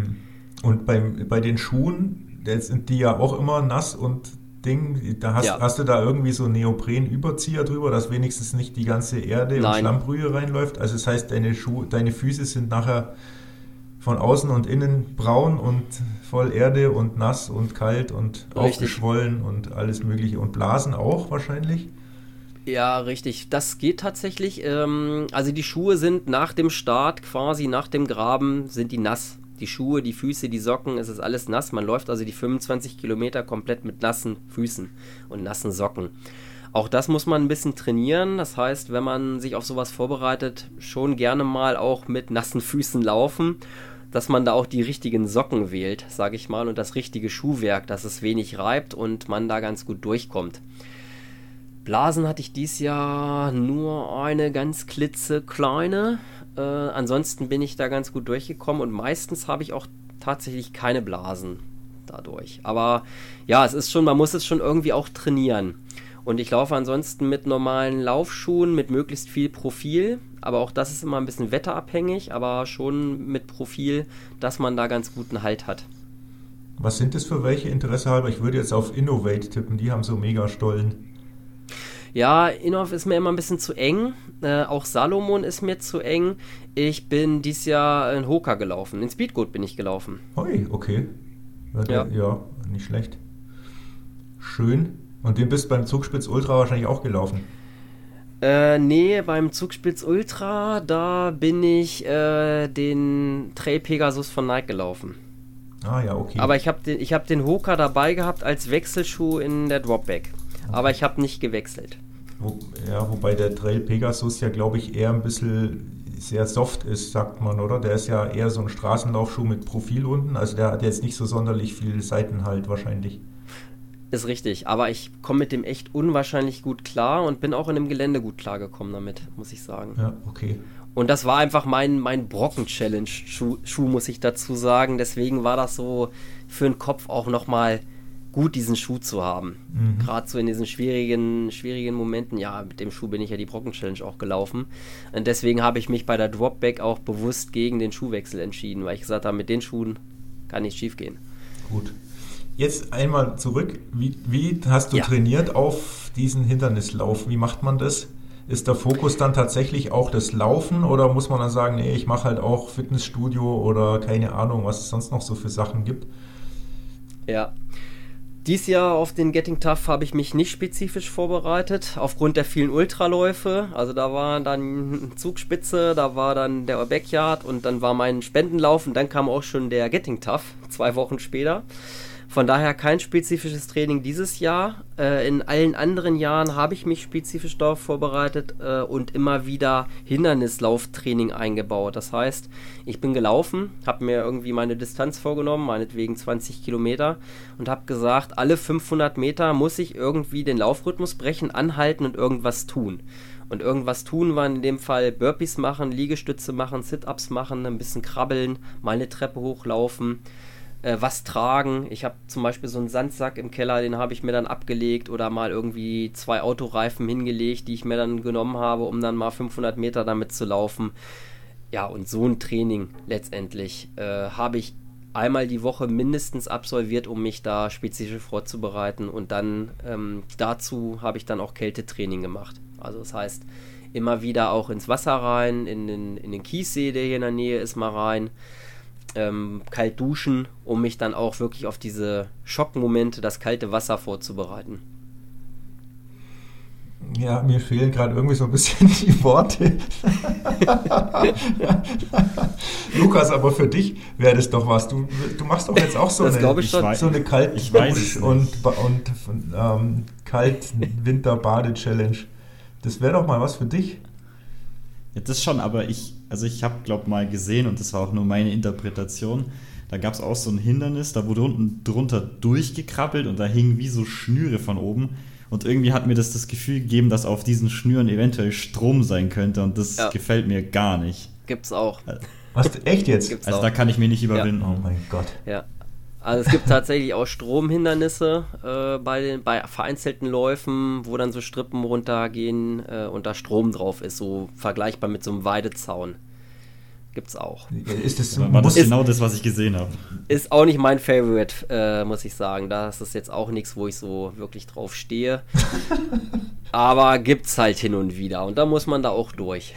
Und beim, bei den Schuhen, jetzt sind die ja auch immer nass und Ding, da hast, ja. hast du da irgendwie so Neopren-Überzieher drüber, dass wenigstens nicht die ganze Erde Nein. und Schlammbrühe reinläuft? Also das heißt, deine Schuhe, deine Füße sind nachher von außen und innen braun und voll Erde und nass und kalt und richtig. Aufgeschwollen und alles mögliche. Und Blasen auch wahrscheinlich? Ja, richtig. Das geht tatsächlich. Ähm, also die Schuhe sind nach dem Start, quasi nach dem Graben, sind die nass. Die Schuhe, die Füße, die Socken, es ist alles nass. Man läuft also die fünfundzwanzig Kilometer komplett mit nassen Füßen und nassen Socken. Auch das muss man ein bisschen trainieren. Das heißt, wenn man sich auf sowas vorbereitet, schon gerne mal auch mit nassen Füßen laufen, dass man da auch die richtigen Socken wählt, sage ich mal, und das richtige Schuhwerk, dass es wenig reibt und man da ganz gut durchkommt. Blasen hatte ich dieses Jahr nur eine ganz klitzekleine. Äh, ansonsten bin ich da ganz gut durchgekommen und meistens habe ich auch tatsächlich keine Blasen dadurch. Aber ja, es ist schon, man muss es schon irgendwie auch trainieren. Und ich laufe ansonsten mit normalen Laufschuhen, mit möglichst viel Profil. Aber auch das ist immer ein bisschen wetterabhängig, aber schon mit Profil, dass man da ganz guten Halt hat. Was sind das für welche, Interesse halber? Ich würde jetzt auf Innovate tippen, die haben so mega Stollen. Ja, Innov ist mir immer ein bisschen zu eng. Äh, auch Salomon ist mir zu eng. Ich bin dieses Jahr in Hoka gelaufen. In Speedgoat bin ich gelaufen. Ui, okay. Ja, Ja. ja, nicht schlecht. Schön. Und den bist du beim Zugspitz Ultra wahrscheinlich auch gelaufen. Äh, nee, beim Zugspitz Ultra, da bin ich äh, den Trail Pegasus von Nike gelaufen. Ah ja, okay. Aber ich habe den, ich hab den Hoka dabei gehabt als Wechselschuh in der Dropback. Aber ich habe nicht gewechselt. Wo, ja, wobei der Trail Pegasus ja, glaube ich, eher ein bisschen sehr soft ist, sagt man, oder? Der ist ja eher so ein Straßenlaufschuh mit Profil unten. Also der hat jetzt nicht so sonderlich viel Seitenhalt wahrscheinlich. Ist richtig, aber ich komme mit dem echt unwahrscheinlich gut klar und bin auch in dem Gelände gut klargekommen damit, muss ich sagen. Ja, okay. Und das war einfach mein, mein Brocken-Challenge-Schuh, Schuh, muss ich dazu sagen. Deswegen war das so für den Kopf auch nochmal gut, diesen Schuh zu haben. Mhm. Gerade so in diesen schwierigen, schwierigen Momenten. Ja, mit dem Schuh bin ich ja die Brocken-Challenge auch gelaufen. Und deswegen habe ich mich bei der Dropback auch bewusst gegen den Schuhwechsel entschieden, weil ich gesagt habe, mit den Schuhen kann nicht schief gehen. Gut. Jetzt einmal zurück. Wie, wie hast du Ja. trainiert auf diesen Hindernislauf? Wie macht man das? Ist der Fokus dann tatsächlich auch das Laufen oder muss man dann sagen, nee, ich mache halt auch Fitnessstudio oder keine Ahnung, was es sonst noch so für Sachen gibt? Ja. Dies Jahr auf den Getting Tough habe ich mich nicht spezifisch vorbereitet, aufgrund der vielen Ultraläufe. Also da war dann Zugspitze, da war dann der Backyard und dann war mein Spendenlauf und dann kam auch schon der Getting Tough, zwei Wochen später. Von daher kein spezifisches Training dieses Jahr. Äh, in allen anderen Jahren habe ich mich spezifisch darauf vorbereitet äh, und immer wieder Hindernislauftraining eingebaut. Das heißt, ich bin gelaufen, habe mir irgendwie meine Distanz vorgenommen, meinetwegen zwanzig Kilometer und habe gesagt, alle fünfhundert Meter muss ich irgendwie den Laufrhythmus brechen, anhalten und irgendwas tun. Und irgendwas tun war in dem Fall Burpees machen, Liegestütze machen, Sit-Ups machen, ein bisschen krabbeln, mal eine Treppe hochlaufen. Was tragen. Ich habe zum Beispiel so einen Sandsack im Keller, den habe ich mir dann abgelegt oder mal irgendwie zwei Autoreifen hingelegt, die ich mir dann genommen habe, um dann mal fünfhundert Meter damit zu laufen. Ja, und so ein Training letztendlich äh, habe ich einmal die Woche mindestens absolviert, um mich da spezifisch vorzubereiten und dann ähm, dazu habe ich dann auch Kältetraining gemacht. Also das heißt, immer wieder auch ins Wasser rein, in den, in den Kiessee, der hier in der Nähe ist, mal rein. Ähm, kalt duschen, um mich dann auch wirklich auf diese Schockmomente, das kalte Wasser vorzubereiten. Ja, mir fehlen gerade irgendwie so ein bisschen die Worte. Lukas, aber für dich wäre das doch was. Du, du machst doch jetzt auch so Das eine, glaub ich schon. so eine Kalt- Ich weiß es und, nicht. und, und ähm, Kalt-Winter-Bade-Challenge. Das wäre doch mal was für dich. Ja, das schon, aber ich, also ich habe, glaube mal gesehen, und das war auch nur meine Interpretation, da gab es auch so ein Hindernis, da wurde unten drunter durchgekrabbelt und da hingen wie so Schnüre von oben. Und irgendwie hat mir das das Gefühl gegeben, dass auf diesen Schnüren eventuell Strom sein könnte und das Ja. gefällt mir gar nicht. Gibt's auch. Was, echt jetzt? Gibt's Also auch. da kann ich mich nicht überwinden. Oh mein Gott. Ja. Also es gibt tatsächlich auch Stromhindernisse äh, bei den bei vereinzelten Läufen, wo dann so Strippen runtergehen äh, und da Strom drauf ist, so vergleichbar mit so einem Weidezaun. Gibt's auch. Ist das, War das muss, genau das, was ich gesehen habe? Ist auch nicht mein Favorite, äh, muss ich sagen. Das ist jetzt auch nichts, wo ich so wirklich drauf stehe. Aber gibt's halt hin und wieder und da muss man da auch durch.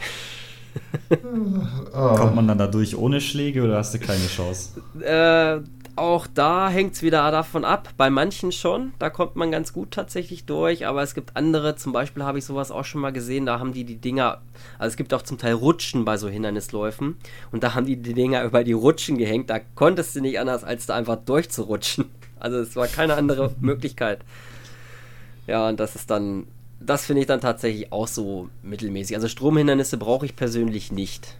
Kommt man dann da durch ohne Schläge oder hast du keine Chance? Äh, auch da hängt es wieder davon ab. Bei manchen schon, da kommt man ganz gut tatsächlich durch, aber es gibt andere, zum Beispiel habe ich sowas auch schon mal gesehen, da haben die die Dinger, also es gibt auch zum Teil Rutschen bei so Hindernisläufen und da haben die die Dinger über die Rutschen gehängt, da konntest du nicht anders, als da einfach durchzurutschen. Also es war keine andere Möglichkeit. Ja, und das ist dann, das finde ich dann tatsächlich auch so mittelmäßig. Also Stromhindernisse brauche ich persönlich nicht.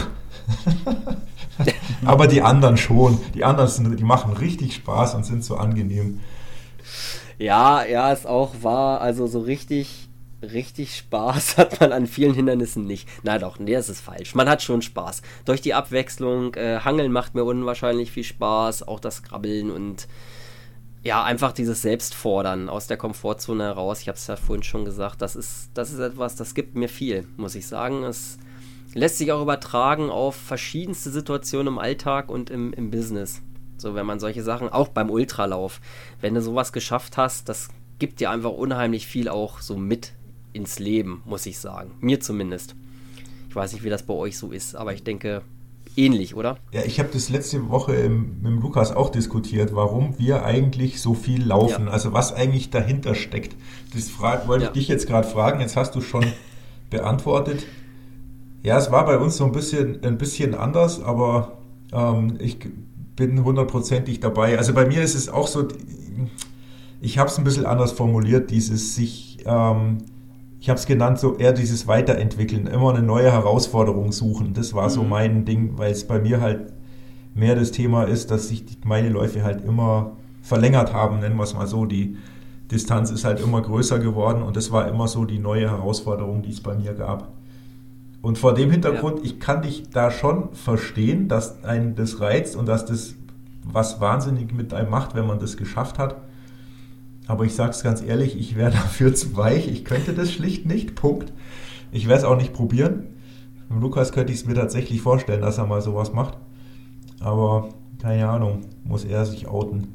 aber die anderen schon. Die anderen sind, die machen richtig Spaß und sind so angenehm. Ja, ja, ist auch wahr. Also so richtig richtig Spaß hat man an vielen Hindernissen nicht. Na doch, nee, das ist falsch. Man hat schon Spaß. Durch die Abwechslung, äh, Hangeln macht mir unwahrscheinlich viel Spaß, auch das Krabbeln und ja, einfach dieses Selbstfordern aus der Komfortzone heraus. Ich habe es ja vorhin schon gesagt, das ist, das ist etwas, das gibt mir viel, muss ich sagen. Es lässt sich auch übertragen auf verschiedenste Situationen im Alltag und im, im Business. So, wenn man solche Sachen, auch beim Ultralauf, wenn du sowas geschafft hast, das gibt dir einfach unheimlich viel auch so mit ins Leben, muss ich sagen. Mir zumindest. Ich weiß nicht, wie das bei euch so ist, aber ich denke, ähnlich, oder? Ja, ich habe das letzte Woche im, mit dem Lukas auch diskutiert, warum wir eigentlich so viel laufen, ja. Also was eigentlich dahinter steckt. Das frag, wollte ja. ich dich jetzt gerade fragen, jetzt hast du schon beantwortet. Ja, es war bei uns so ein bisschen, ein bisschen anders, aber ähm, ich bin hundertprozentig dabei. Also bei mir ist es auch so, ich habe es ein bisschen anders formuliert, dieses sich... Ähm, ich habe es genannt, so eher dieses Weiterentwickeln, immer eine neue Herausforderung suchen. Das war so mein Ding, weil es bei mir halt mehr das Thema ist, dass sich meine Läufe halt immer verlängert haben, nennen wir es mal so. Die Distanz ist halt immer größer geworden und das war immer so die neue Herausforderung, die es bei mir gab. Und vor dem Hintergrund, ja. ich kann dich da schon verstehen, dass einen das reizt und dass das was wahnsinnig mit einem macht, wenn man das geschafft hat. Aber ich sage es ganz ehrlich, ich wäre dafür zu weich. Ich könnte das schlicht nicht, Punkt. Ich werde es auch nicht probieren. Mit Lukas könnte ich es mir tatsächlich vorstellen, dass er mal sowas macht. Aber keine Ahnung, muss er sich outen.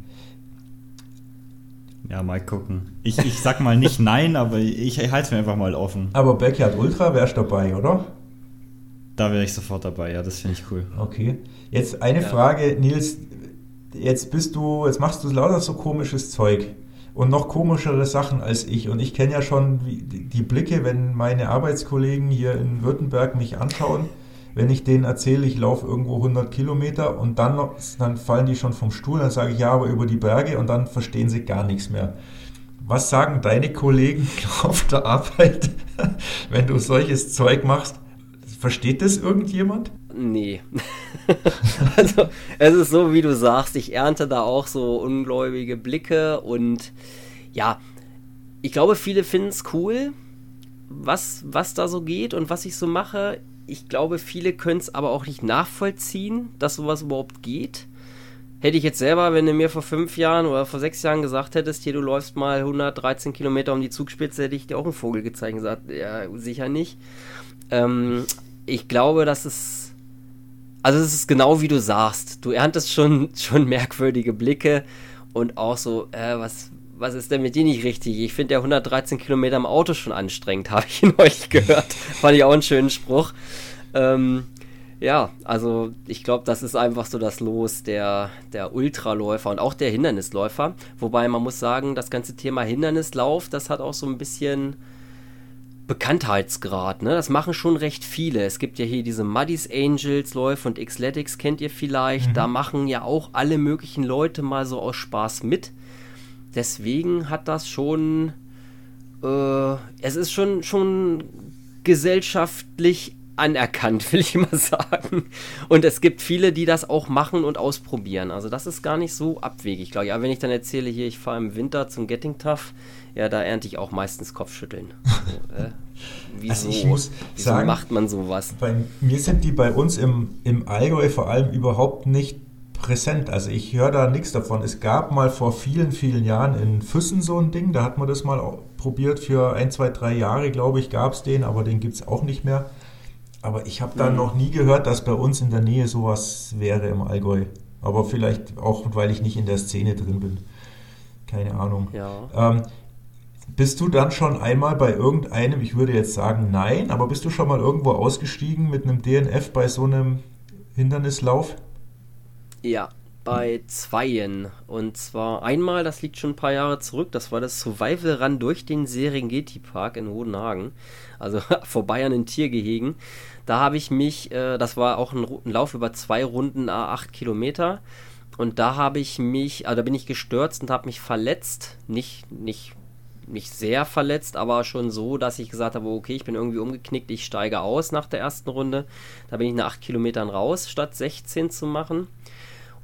Ja, mal gucken. Ich, ich sag mal nicht nein, aber ich halte es mir einfach mal offen. Aber Backyard Ultra wärst dabei, oder? Da wäre ich sofort dabei, ja, das finde ich cool. Okay. Jetzt eine ja. Frage, Nils. Jetzt bist du, jetzt machst du lauter so komisches Zeug. Und noch komischere Sachen als ich. Und ich kenne ja schon die Blicke, wenn meine Arbeitskollegen hier in Württemberg mich anschauen, wenn ich denen erzähle, ich laufe irgendwo hundert Kilometer und dann, noch, dann fallen die schon vom Stuhl, dann sage ich ja, aber über die Berge und dann verstehen sie gar nichts mehr. Was sagen deine Kollegen auf der Arbeit, wenn du solches Zeug machst? Versteht das irgendjemand? Nee. Also, es ist so, wie du sagst, ich ernte da auch so ungläubige Blicke und ja, ich glaube, viele finden es cool, was, was da so geht und was ich so mache. Ich glaube, viele können es aber auch nicht nachvollziehen, dass sowas überhaupt geht. Hätte ich jetzt selber, wenn du mir vor fünf Jahren oder vor sechs Jahren gesagt hättest, hier, du läufst mal hundertdreizehn Kilometer um die Zugspitze, hätte ich dir auch einen Vogel gezeigt und gesagt, ja, sicher nicht. Ähm, ich glaube, dass es Also es ist genau wie du sagst, du erntest schon, schon merkwürdige Blicke und auch so, äh, was, was ist denn mit dir nicht richtig? Ich finde ja hundertdreizehn Kilometer im Auto schon anstrengend, habe ich neulich gehört. Fand ich auch einen schönen Spruch. Ähm, ja, also ich glaube, das ist einfach so das Los der, der Ultraläufer und auch der Hindernisläufer. Wobei man muss sagen, das ganze Thema Hindernislauf, das hat auch so ein bisschen Bekanntheitsgrad, ne? Das machen schon recht viele. Es gibt ja hier diese Muddy's Angels Läufe und Xletics kennt ihr vielleicht. Mhm. Da machen ja auch alle möglichen Leute mal so aus Spaß mit. Deswegen hat das schon, äh, es ist schon, schon gesellschaftlich anerkannt, will ich mal sagen. Und es gibt viele, die das auch machen und ausprobieren. Also das ist gar nicht so abwegig, glaube ich. Aber wenn ich dann erzähle, hier, ich fahre im Winter zum Getting Tough, ja, da ernte ich auch meistens Kopfschütteln. So, äh, wieso? Also ich muss wieso sagen, macht man sowas? Bei mir sind die bei uns im, im Allgäu vor allem überhaupt nicht präsent. Also ich höre da nichts davon. Es gab mal vor vielen, vielen Jahren in Füssen so ein Ding, da hat man das mal probiert für ein, zwei, drei Jahre, glaube ich, gab es den, aber den gibt es auch nicht mehr. Aber ich habe da mhm. noch nie gehört, dass bei uns in der Nähe sowas wäre im Allgäu. Aber vielleicht auch, weil ich nicht in der Szene drin bin. Keine Ahnung. Ja. Ähm, bist du dann schon einmal bei irgendeinem, ich würde jetzt sagen nein, aber bist du schon mal irgendwo ausgestiegen mit einem D N F bei so einem Hindernislauf? Ja, bei zweien. Und zwar einmal, das liegt schon ein paar Jahre zurück, das war das Survival Run durch den Serengeti Park in Hodenhagen. Also vorbei an den Tiergehegen. Da habe ich mich, äh, das war auch ein, ein Lauf über zwei Runden, à acht Kilometer. Und da habe ich mich, also da bin ich gestürzt und habe mich verletzt. Nicht, nicht, nicht sehr verletzt, aber schon so, dass ich gesagt habe, okay, ich bin irgendwie umgeknickt, ich steige aus nach der ersten Runde. Da bin ich nach acht Kilometern raus, statt sechzehn zu machen.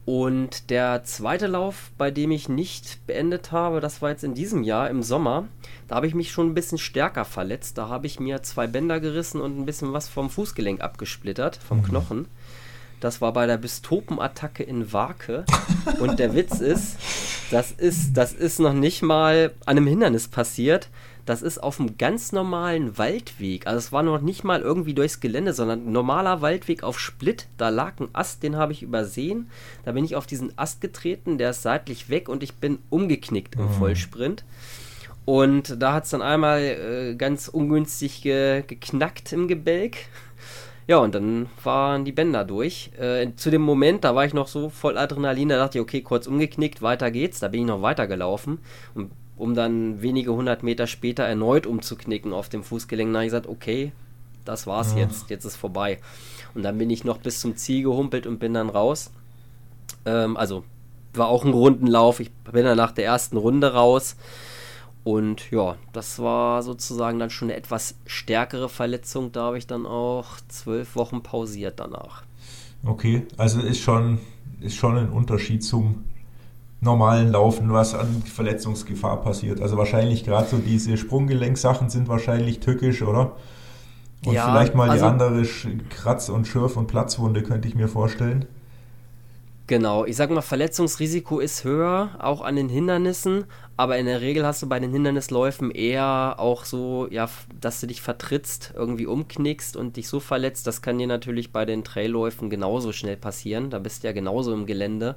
Und der zweite Lauf, bei dem ich nicht beendet habe, das war jetzt in diesem Jahr im Sommer. Da habe ich mich schon ein bisschen stärker verletzt. Da habe ich mir zwei Bänder gerissen und ein bisschen was vom Fußgelenk abgesplittert, vom mhm. Knochen. Das war bei der Bystopen-Attacke in Wake. Und der Witz ist, das ist, das ist noch nicht mal an einem Hindernis passiert. Das ist auf einem ganz normalen Waldweg. Also es war noch nicht mal irgendwie durchs Gelände, sondern ein normaler Waldweg auf Split. Da lag ein Ast, den habe ich übersehen. Da bin ich auf diesen Ast getreten, der ist seitlich weg und ich bin umgeknickt im mhm. Vollsprint. Und da hat es dann einmal äh, ganz ungünstig ge- geknackt im Gebälk. Ja, und dann waren die Bänder durch. Äh, zu dem Moment, da war ich noch so voll Adrenalin, da dachte ich, okay, kurz umgeknickt, weiter geht's. Da bin ich noch weitergelaufen, und, um dann wenige hundert Meter später erneut umzuknicken auf dem Fußgelenk. Da habe ich gesagt, okay, das war's ja. jetzt, jetzt ist vorbei. Und dann bin ich noch bis zum Ziel gehumpelt und bin dann raus. Ähm, also, war auch ein Rundenlauf. Ich bin dann nach der ersten Runde raus. Und ja, das war sozusagen dann schon eine etwas stärkere Verletzung. Da habe ich dann auch zwölf Wochen pausiert danach. Okay, also ist schon, ist schon ein Unterschied zum normalen Laufen, was an Verletzungsgefahr passiert. Also wahrscheinlich gerade so diese Sprunggelenkssachen sind wahrscheinlich tückisch, oder? Und ja, vielleicht mal also, die andere Kratz- und Schürf- und Platzwunde könnte ich mir vorstellen. Genau, ich sag mal, Verletzungsrisiko ist höher, auch an den Hindernissen, aber in der Regel hast du bei den Hindernisläufen eher auch so, ja, dass du dich vertrittst, irgendwie umknickst und dich so verletzt. Das kann dir natürlich bei den Trailläufen genauso schnell passieren, da bist du ja genauso im Gelände.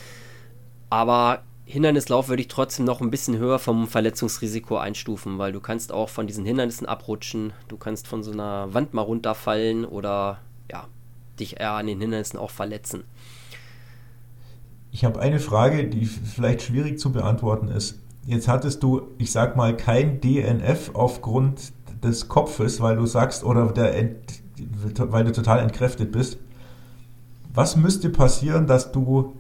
Aber Hindernislauf würde ich trotzdem noch ein bisschen höher vom Verletzungsrisiko einstufen, weil du kannst auch von diesen Hindernissen abrutschen, du kannst von so einer Wand mal runterfallen oder ja, dich eher an den Hindernissen auch verletzen. Ich habe eine Frage, die vielleicht schwierig zu beantworten ist. Jetzt hattest du, ich sag mal, kein D N F aufgrund des Kopfes, weil du sagst, oder der Ent, weil du total entkräftet bist. Was müsste passieren, dass du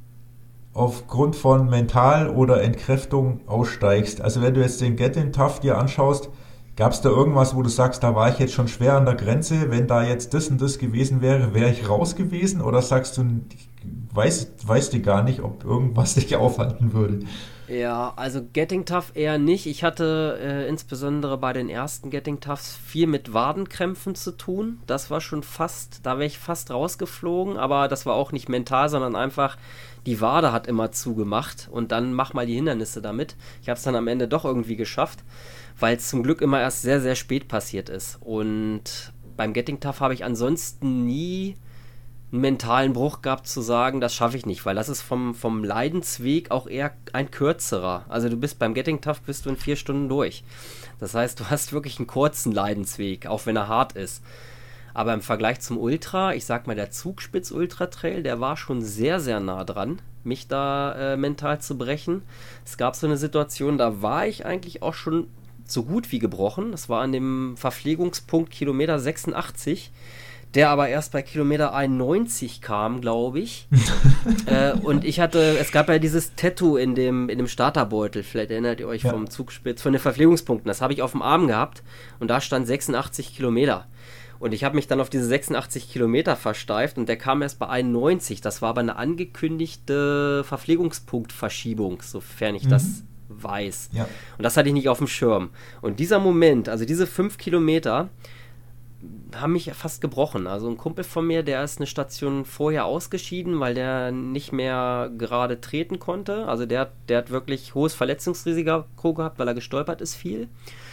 aufgrund von Mental- oder Entkräftung aussteigst? Also wenn du jetzt den Getting Tough dir anschaust, gab es da irgendwas, wo du sagst, da war ich jetzt schon schwer an der Grenze, wenn da jetzt das und das gewesen wäre, wäre ich raus gewesen? Oder sagst du, weißt, weißt du gar nicht, ob irgendwas dich aufhalten würde? Ja, also Getting Tough eher nicht. Ich hatte äh, insbesondere bei den ersten Getting Toughs viel mit Wadenkrämpfen zu tun. Das war schon fast, da wäre ich fast rausgeflogen, aber das war auch nicht mental, sondern einfach, die Wade hat immer zugemacht und dann mach mal die Hindernisse damit. Ich habe es dann am Ende doch irgendwie geschafft, weil es zum Glück immer erst sehr, sehr spät passiert ist. Und beim Getting Tough habe ich ansonsten nie einen mentalen Bruch gehabt zu sagen, das schaffe ich nicht, weil das ist vom, vom Leidensweg auch eher ein kürzerer. Also du bist beim Getting Tough bist du in vier Stunden durch. Das heißt, du hast wirklich einen kurzen Leidensweg, auch wenn er hart ist. Aber im Vergleich zum Ultra, ich sag mal, der Zugspitz-Ultra-Trail, der war schon sehr, sehr nah dran, mich da äh, mental zu brechen. Es gab so eine Situation, da war ich eigentlich auch schon so gut wie gebrochen. Das war an dem Verpflegungspunkt Kilometer sechsundachtzig, der aber erst bei Kilometer einundneunzig kam, glaube ich. äh, und ich hatte, es gab ja dieses Tattoo in dem, in dem Starterbeutel, vielleicht erinnert ihr euch ja. vom Zugspitz, von den Verpflegungspunkten. Das habe ich auf dem Arm gehabt und da stand sechsundachtzig Kilometer. Und ich habe mich dann auf diese sechsundachtzig Kilometer versteift und der kam erst bei einundneunzig. Das war aber eine angekündigte Verpflegungspunktverschiebung, sofern ich mhm. das weiß. Ja. Und das hatte ich nicht auf dem Schirm. Und dieser Moment, also diese fünf Kilometer, haben mich fast gebrochen. Also ein Kumpel von mir, der ist eine Station vorher ausgeschieden, weil der nicht mehr gerade treten konnte. Also der, der hat wirklich hohes Verletzungsrisiko gehabt, weil er gestolpert ist viel.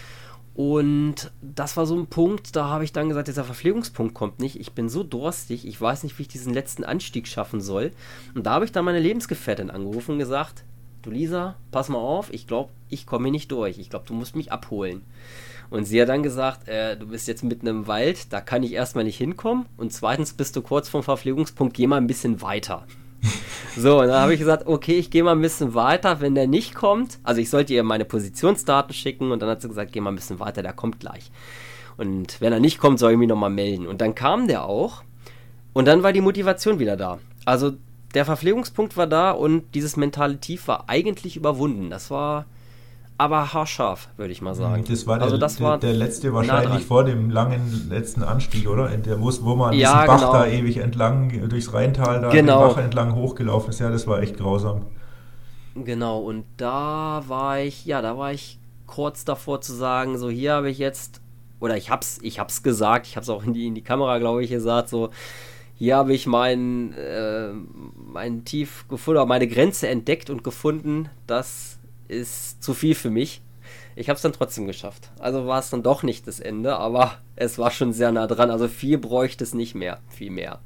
Und das war so ein Punkt, da habe ich dann gesagt, dieser Verpflegungspunkt kommt nicht. Ich bin so durstig, ich weiß nicht, wie ich diesen letzten Anstieg schaffen soll. Und da habe ich dann meine Lebensgefährtin angerufen und gesagt, du Lisa, pass mal auf, ich glaube, ich komme hier nicht durch. Ich glaube, du musst mich abholen. Und sie hat dann gesagt, äh, du bist jetzt mitten im Wald, da kann ich erstmal nicht hinkommen und zweitens bist du kurz vom Verpflegungspunkt, geh mal ein bisschen weiter. So, und dann habe ich gesagt, okay, ich gehe mal ein bisschen weiter, wenn der nicht kommt, also ich sollte ihr meine Positionsdaten schicken und dann hat sie gesagt, geh mal ein bisschen weiter, der kommt gleich. Und wenn er nicht kommt, soll ich mich nochmal melden. Und dann kam der auch und dann war die Motivation wieder da. Also der Verpflegungspunkt war da und dieses mentale Tief war eigentlich überwunden. Das war aber haarscharf, würde ich mal sagen. Das war der, also das der, war der letzte wahrscheinlich vor dem langen letzten Anstieg, oder? In der, wo, wo man an ja, diesem Bach genau. da ewig entlang, durchs Rheintal da genau. den Bach entlang hochgelaufen ist. Ja, das war echt grausam. Genau, und da war ich, ja, da war ich kurz davor zu sagen, so hier habe ich jetzt, oder ich hab's, ich hab's gesagt, ich hab's auch in die, in die Kamera, glaube ich, gesagt, so hier habe ich mein, äh, mein Tief gefunden, oder meine Grenze entdeckt und gefunden, das ist zu viel für mich. Ich habe es dann trotzdem geschafft. Also war es dann doch nicht das Ende, aber es war schon sehr nah dran. Also viel bräuchte es nicht mehr, viel mehr.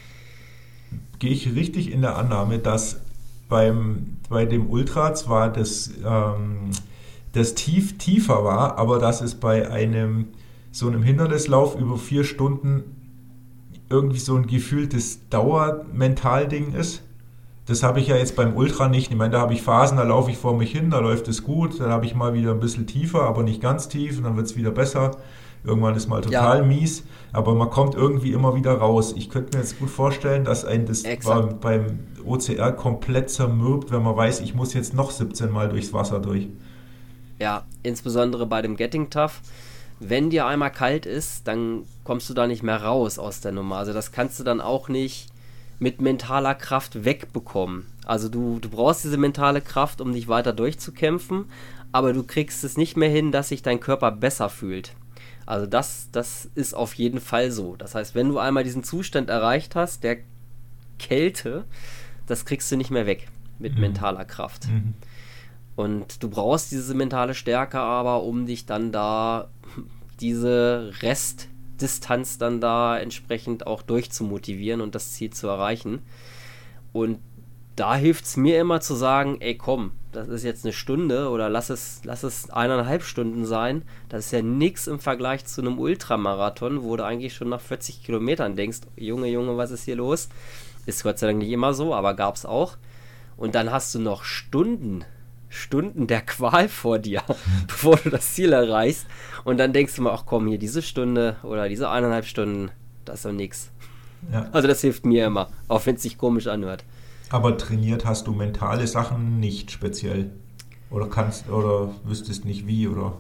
Gehe ich richtig in der Annahme, dass beim, bei dem Ultra zwar das, ähm, das Tief tiefer war, aber dass es bei einem so einem Hindernislauf über vier Stunden irgendwie so ein gefühltes Dauermental-Ding ist? Das habe ich ja jetzt beim Ultra nicht. Ich meine, da habe ich Phasen, da laufe ich vor mich hin, da läuft es gut, dann habe ich mal wieder ein bisschen tiefer, aber nicht ganz tief und dann wird es wieder besser. Irgendwann ist mal total ja. mies, aber man kommt irgendwie immer wieder raus. Ich könnte mir jetzt gut vorstellen, dass ein das war beim O C R komplett zermürbt, wenn man weiß, ich muss jetzt noch siebzehn Mal durchs Wasser durch. Ja, insbesondere bei dem Getting Tough. Wenn dir einmal kalt ist, dann kommst du da nicht mehr raus aus der Nummer. Also das kannst du dann auch nicht mit mentaler Kraft wegbekommen. Also du, du brauchst diese mentale Kraft, um dich weiter durchzukämpfen, aber du kriegst es nicht mehr hin, dass sich dein Körper besser fühlt. Also das, das ist auf jeden Fall so. Das heißt, wenn du einmal diesen Zustand erreicht hast, der Kälte, das kriegst du nicht mehr weg mit mhm. mentaler Kraft. Mhm. Und du brauchst diese mentale Stärke aber, um dich dann da diese Restdistanz dann da entsprechend auch durchzumotivieren und das Ziel zu erreichen. Und da hilft es mir immer zu sagen, ey komm, das ist jetzt eine Stunde oder lass es, lass es eineinhalb Stunden sein. Das ist ja nichts im Vergleich zu einem Ultramarathon, wo du eigentlich schon nach vierzig Kilometern denkst, Junge, Junge, was ist hier los? Ist Gott sei Dank nicht immer so, aber gab es auch. Und dann hast du noch Stunden, Stunden der Qual vor dir, bevor du das Ziel erreichst. Und dann denkst du mal, ach komm, hier diese Stunde oder diese eineinhalb Stunden, das ist doch nix. Ja. Also das hilft mir immer, auch wenn es sich komisch anhört. Aber trainiert hast du mentale Sachen nicht speziell? Oder kannst oder wüsstest nicht wie, oder?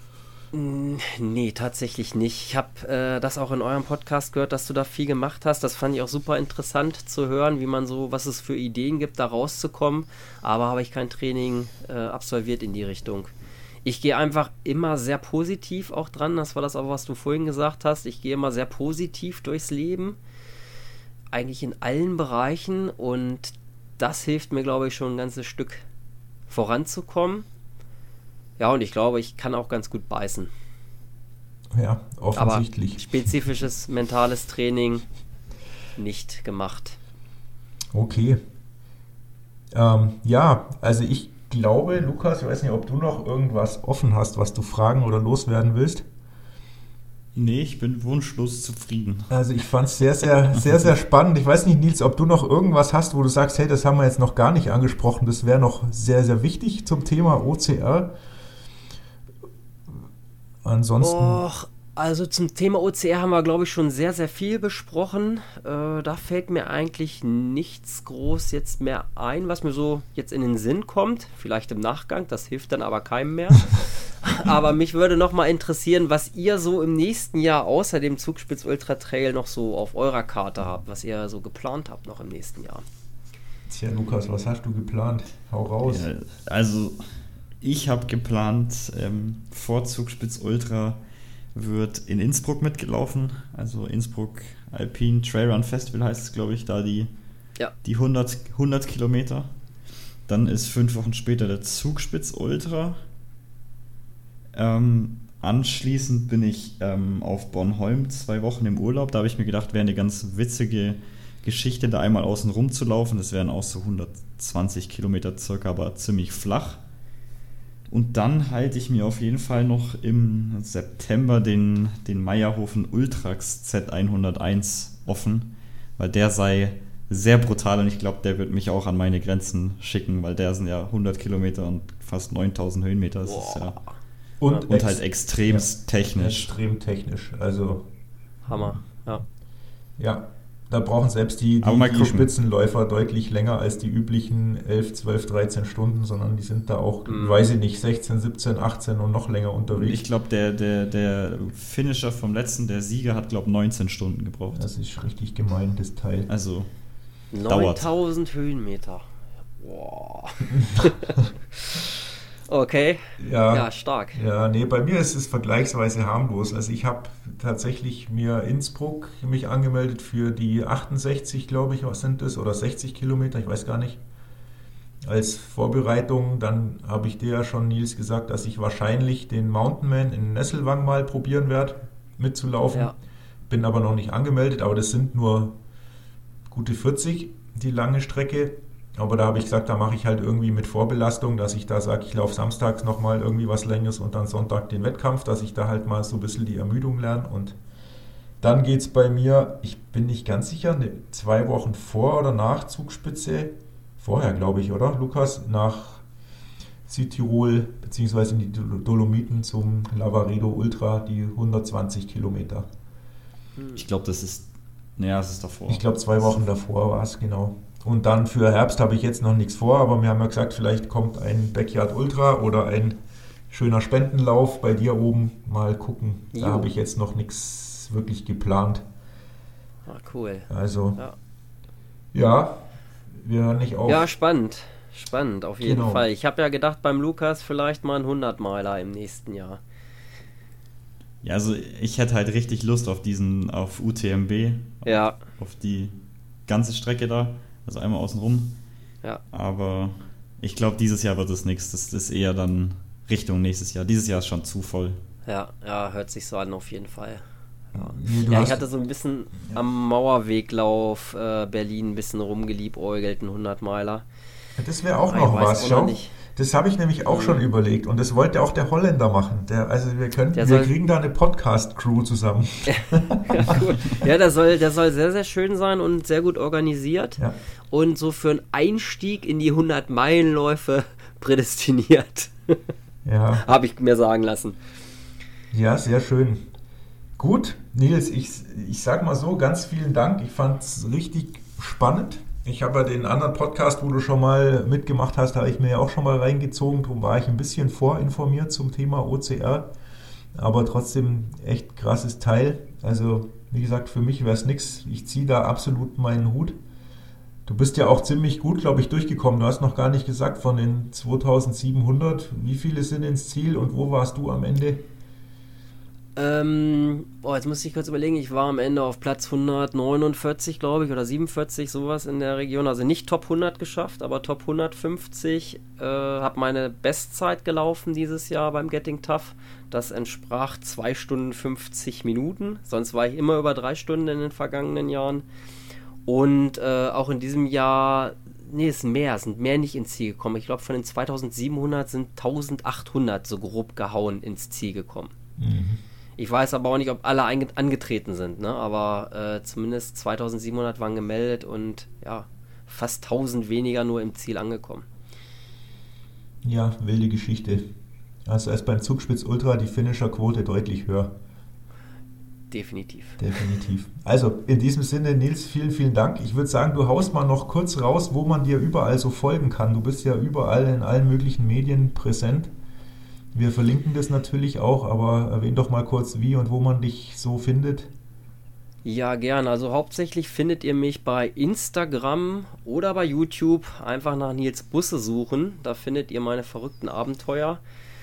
Nee, tatsächlich nicht. Ich habe äh, das auch in eurem Podcast gehört, dass du da viel gemacht hast. Das fand ich auch super interessant zu hören, wie man so, was es für Ideen gibt, da rauszukommen. Aber habe ich kein Training äh, absolviert in die Richtung. Ich gehe einfach immer sehr positiv auch dran. Das war das auch, was du vorhin gesagt hast. Ich gehe immer sehr positiv durchs Leben. Eigentlich in allen Bereichen. Und das hilft mir, glaube ich, schon ein ganzes Stück voranzukommen. Ja, und ich glaube, ich kann auch ganz gut beißen. Ja, offensichtlich. Aber spezifisches mentales Training nicht gemacht. Okay. Ähm, ja, also ich glaube, Lukas, ich weiß nicht, ob du noch irgendwas offen hast, was du fragen oder loswerden willst. Nee, ich bin wunschlos zufrieden. Also ich fand es sehr, sehr, sehr, sehr spannend. Ich weiß nicht, Nils, ob du noch irgendwas hast, wo du sagst, hey, das haben wir jetzt noch gar nicht angesprochen. Das wäre noch sehr, sehr wichtig zum Thema O C R. Ansonsten... Och, also zum Thema O C R haben wir, glaube ich, schon sehr, sehr viel besprochen. Äh, da fällt mir eigentlich nichts groß jetzt mehr ein, was mir so jetzt in den Sinn kommt. Vielleicht im Nachgang, das hilft dann aber keinem mehr. Aber mich würde noch mal interessieren, was ihr so im nächsten Jahr außer dem Zugspitz Ultra Trail noch so auf eurer Karte habt, was ihr so geplant habt noch im nächsten Jahr. Tja, Lukas, was hast du geplant? Hau raus. Ja, also... Ich habe geplant, ähm, vor Zugspitz Ultra wird in Innsbruck mitgelaufen, also Innsbruck Alpine Trailrun Festival heißt es, glaube ich, da die, ja. die hundert, hundert Kilometer. Dann ist fünf Wochen später der Zugspitz Ultra. Ähm, anschließend bin ich ähm, auf Bornholm zwei Wochen im Urlaub. Da habe ich mir gedacht, wäre eine ganz witzige Geschichte, da einmal außen rum zu laufen. Das wären auch so hundertzwanzig Kilometer circa, aber ziemlich flach. Und dann halte ich mir auf jeden Fall noch im September den, den Meierhofen Ultrax Z hunderteins offen, weil der sei sehr brutal und ich glaube, der wird mich auch an meine Grenzen schicken, weil der sind ja hundert Kilometer und fast neuntausend Höhenmeter. Das ist ja und, und ex- halt extremst ja, technisch. Extrem technisch, also... Hammer, ja. Ja, Da brauchen selbst die, die, die Spitzenläufer deutlich länger als die üblichen elf, zwölf, dreizehn Stunden, sondern die sind da auch, mhm. weiß ich nicht, sechzehn, siebzehn, achtzehn und noch länger unterwegs. Ich glaube, der, der, der Finisher vom letzten, der Sieger, hat, glaube ich, neunzehn Stunden gebraucht. Das ist richtig gemein, das Teil. Also, neuntausend Höhenmeter. Boah. Okay, ja, ja, stark. Ja, nee, bei mir ist es vergleichsweise harmlos. Also ich habe tatsächlich mir Innsbruck mich angemeldet für die achtundsechzig, glaube ich, was sind das, oder sechzig Kilometer, ich weiß gar nicht, als Vorbereitung. Dann habe ich dir ja schon, Nils, gesagt, dass ich wahrscheinlich den Mountainman in Nesselwang mal probieren werde, mitzulaufen. Ja. Bin aber noch nicht angemeldet, aber das sind nur gute vierzig, die lange Strecke. Aber da habe ich gesagt, da mache ich halt irgendwie mit Vorbelastung, dass ich da sage, ich laufe samstags nochmal irgendwie was Längeres und dann Sonntag den Wettkampf, dass ich da halt mal so ein bisschen die Ermüdung lerne. Und dann geht es bei mir, ich bin nicht ganz sicher, ne, zwei Wochen vor oder nach Zugspitze, vorher glaube ich, oder Lukas, nach Südtirol beziehungsweise in die Dolomiten zum Lavaredo Ultra, die hundertzwanzig Kilometer. Ich glaube, das ist, naja, das ist davor. Ich glaube, zwei Wochen davor war es, genau. Und dann für Herbst habe ich jetzt noch nichts vor, aber wir haben ja gesagt, vielleicht kommt ein Backyard Ultra oder ein schöner Spendenlauf bei dir oben. Mal gucken. Da jo. habe ich jetzt noch nichts wirklich geplant. Ah, cool. Also, ja, ja wir hören nicht auf. Ja, spannend. Spannend, auf jeden genau. Fall. Ich habe ja gedacht, beim Lukas vielleicht mal ein hundert-Meiler im nächsten Jahr. Ja, also ich hätte halt richtig Lust auf diesen, auf U T M B. Ja. Auf, auf die ganze Strecke da. Also einmal außen rum. Ja. Aber ich glaube, dieses Jahr wird es nichts. Das ist eher dann Richtung nächstes Jahr. Dieses Jahr ist schon zu voll. Ja, ja, hört sich so an auf jeden Fall. Ja, ja ich hatte so ein bisschen ja. am Mauerweglauf äh, Berlin ein bisschen rumgeliebäugelt, ein hundert-Meiler. Das wäre auch noch was, schau. Das habe ich nämlich auch mhm. schon überlegt und das wollte auch der Holländer machen. Der, also wir könnten, wir kriegen da eine Podcast-Crew zusammen. Ja, cool. Ja, der soll, der soll sehr, sehr schön sein und sehr gut organisiert ja. und so für einen Einstieg in die hundert-Meilen-Läufe prädestiniert. Ja. Habe ich mir sagen lassen. Ja, sehr schön. Gut, Nils, ich, ich sag mal so, ganz vielen Dank. Ich fand es richtig spannend. Ich habe ja den anderen Podcast, wo du schon mal mitgemacht hast, da habe ich mir ja auch schon mal reingezogen. Darum war ich ein bisschen vorinformiert zum Thema O C R. Aber trotzdem echt krasses Teil. Also, wie gesagt, für mich wäre es nichts. Ich ziehe da absolut meinen Hut. Du bist ja auch ziemlich gut, glaube ich, durchgekommen. Du hast noch gar nicht gesagt, von den zweitausendsiebenhundert, wie viele sind ins Ziel und wo warst du am Ende? Ähm, oh, jetzt muss ich kurz überlegen, ich war am Ende auf Platz hundertneunundvierzig, glaube ich, oder siebenundvierzig, sowas in der Region, also nicht Top hundert geschafft, aber Top hundertfünfzig, äh, habe meine Bestzeit gelaufen dieses Jahr beim Getting Tough, das entsprach zwei Stunden fünfzig Minuten, sonst war ich immer über drei Stunden in den vergangenen Jahren und äh, auch in diesem Jahr, nee, es sind mehr, es sind mehr nicht ins Ziel gekommen, ich glaube von den zweitausendsiebenhundert sind eintausendachthundert so grob gehauen ins Ziel gekommen. Mhm. Ich weiß aber auch nicht, ob alle einge- angetreten sind, ne? Aber äh, zumindest zweitausendsiebenhundert waren gemeldet und ja, fast tausend weniger nur im Ziel angekommen. Ja, wilde Geschichte. Also ist beim Zugspitz Ultra die Finisher-Quote deutlich höher. Definitiv. Definitiv. Also in diesem Sinne, Nils, vielen, vielen Dank. Ich würde sagen, du haust mal noch kurz raus, wo man dir überall so folgen kann. Du bist ja überall in allen möglichen Medien präsent. Wir verlinken das natürlich auch, aber erwähn doch mal kurz, wie und wo man dich so findet. Ja, gern. Also hauptsächlich findet ihr mich bei Instagram oder bei YouTube. Einfach nach Nils Busse suchen. Da findet ihr meine verrückten Abenteuer.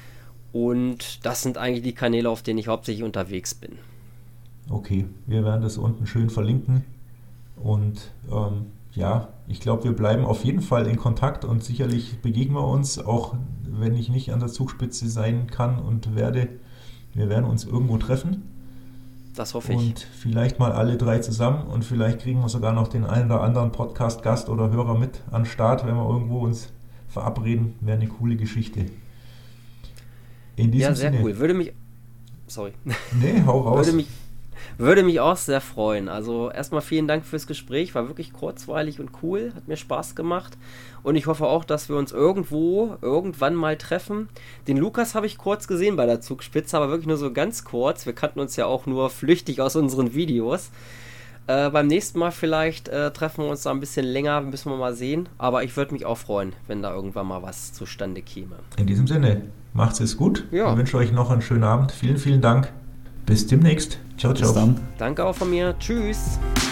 Und das sind eigentlich die Kanäle, auf denen ich hauptsächlich unterwegs bin. Okay, wir werden das unten schön verlinken. Und ähm, ja, ich glaube, wir bleiben auf jeden Fall in Kontakt und sicherlich begegnen wir uns, auch wenn ich nicht an der Zugspitze sein kann und werde. Wir werden uns irgendwo treffen. Das hoffe ich. Und vielleicht mal alle drei zusammen und vielleicht kriegen wir sogar noch den einen oder anderen Podcast-Gast oder Hörer mit an den Start, wenn wir irgendwo uns verabreden. Wäre eine coole Geschichte. In diesem ja, sehr Sinne. cool. Würde mich... Sorry. Nee, hau raus. Würde mich... Würde mich auch sehr freuen. Also erstmal vielen Dank fürs Gespräch, war wirklich kurzweilig und cool, hat mir Spaß gemacht und ich hoffe auch, dass wir uns irgendwo, irgendwann mal treffen. Den Lukas habe ich kurz gesehen bei der Zugspitze, aber wirklich nur so ganz kurz. Wir kannten uns ja auch nur flüchtig aus unseren Videos. Äh, beim nächsten Mal vielleicht äh, treffen wir uns da ein bisschen länger, müssen wir mal sehen. Aber ich würde mich auch freuen, wenn da irgendwann mal was zustande käme. In diesem Sinne, macht's es gut. Ja. Ich wünsche euch noch einen schönen Abend. Vielen, vielen Dank. Bis demnächst. Ciao, ciao. Bis dann. Danke auch von mir. Tschüss.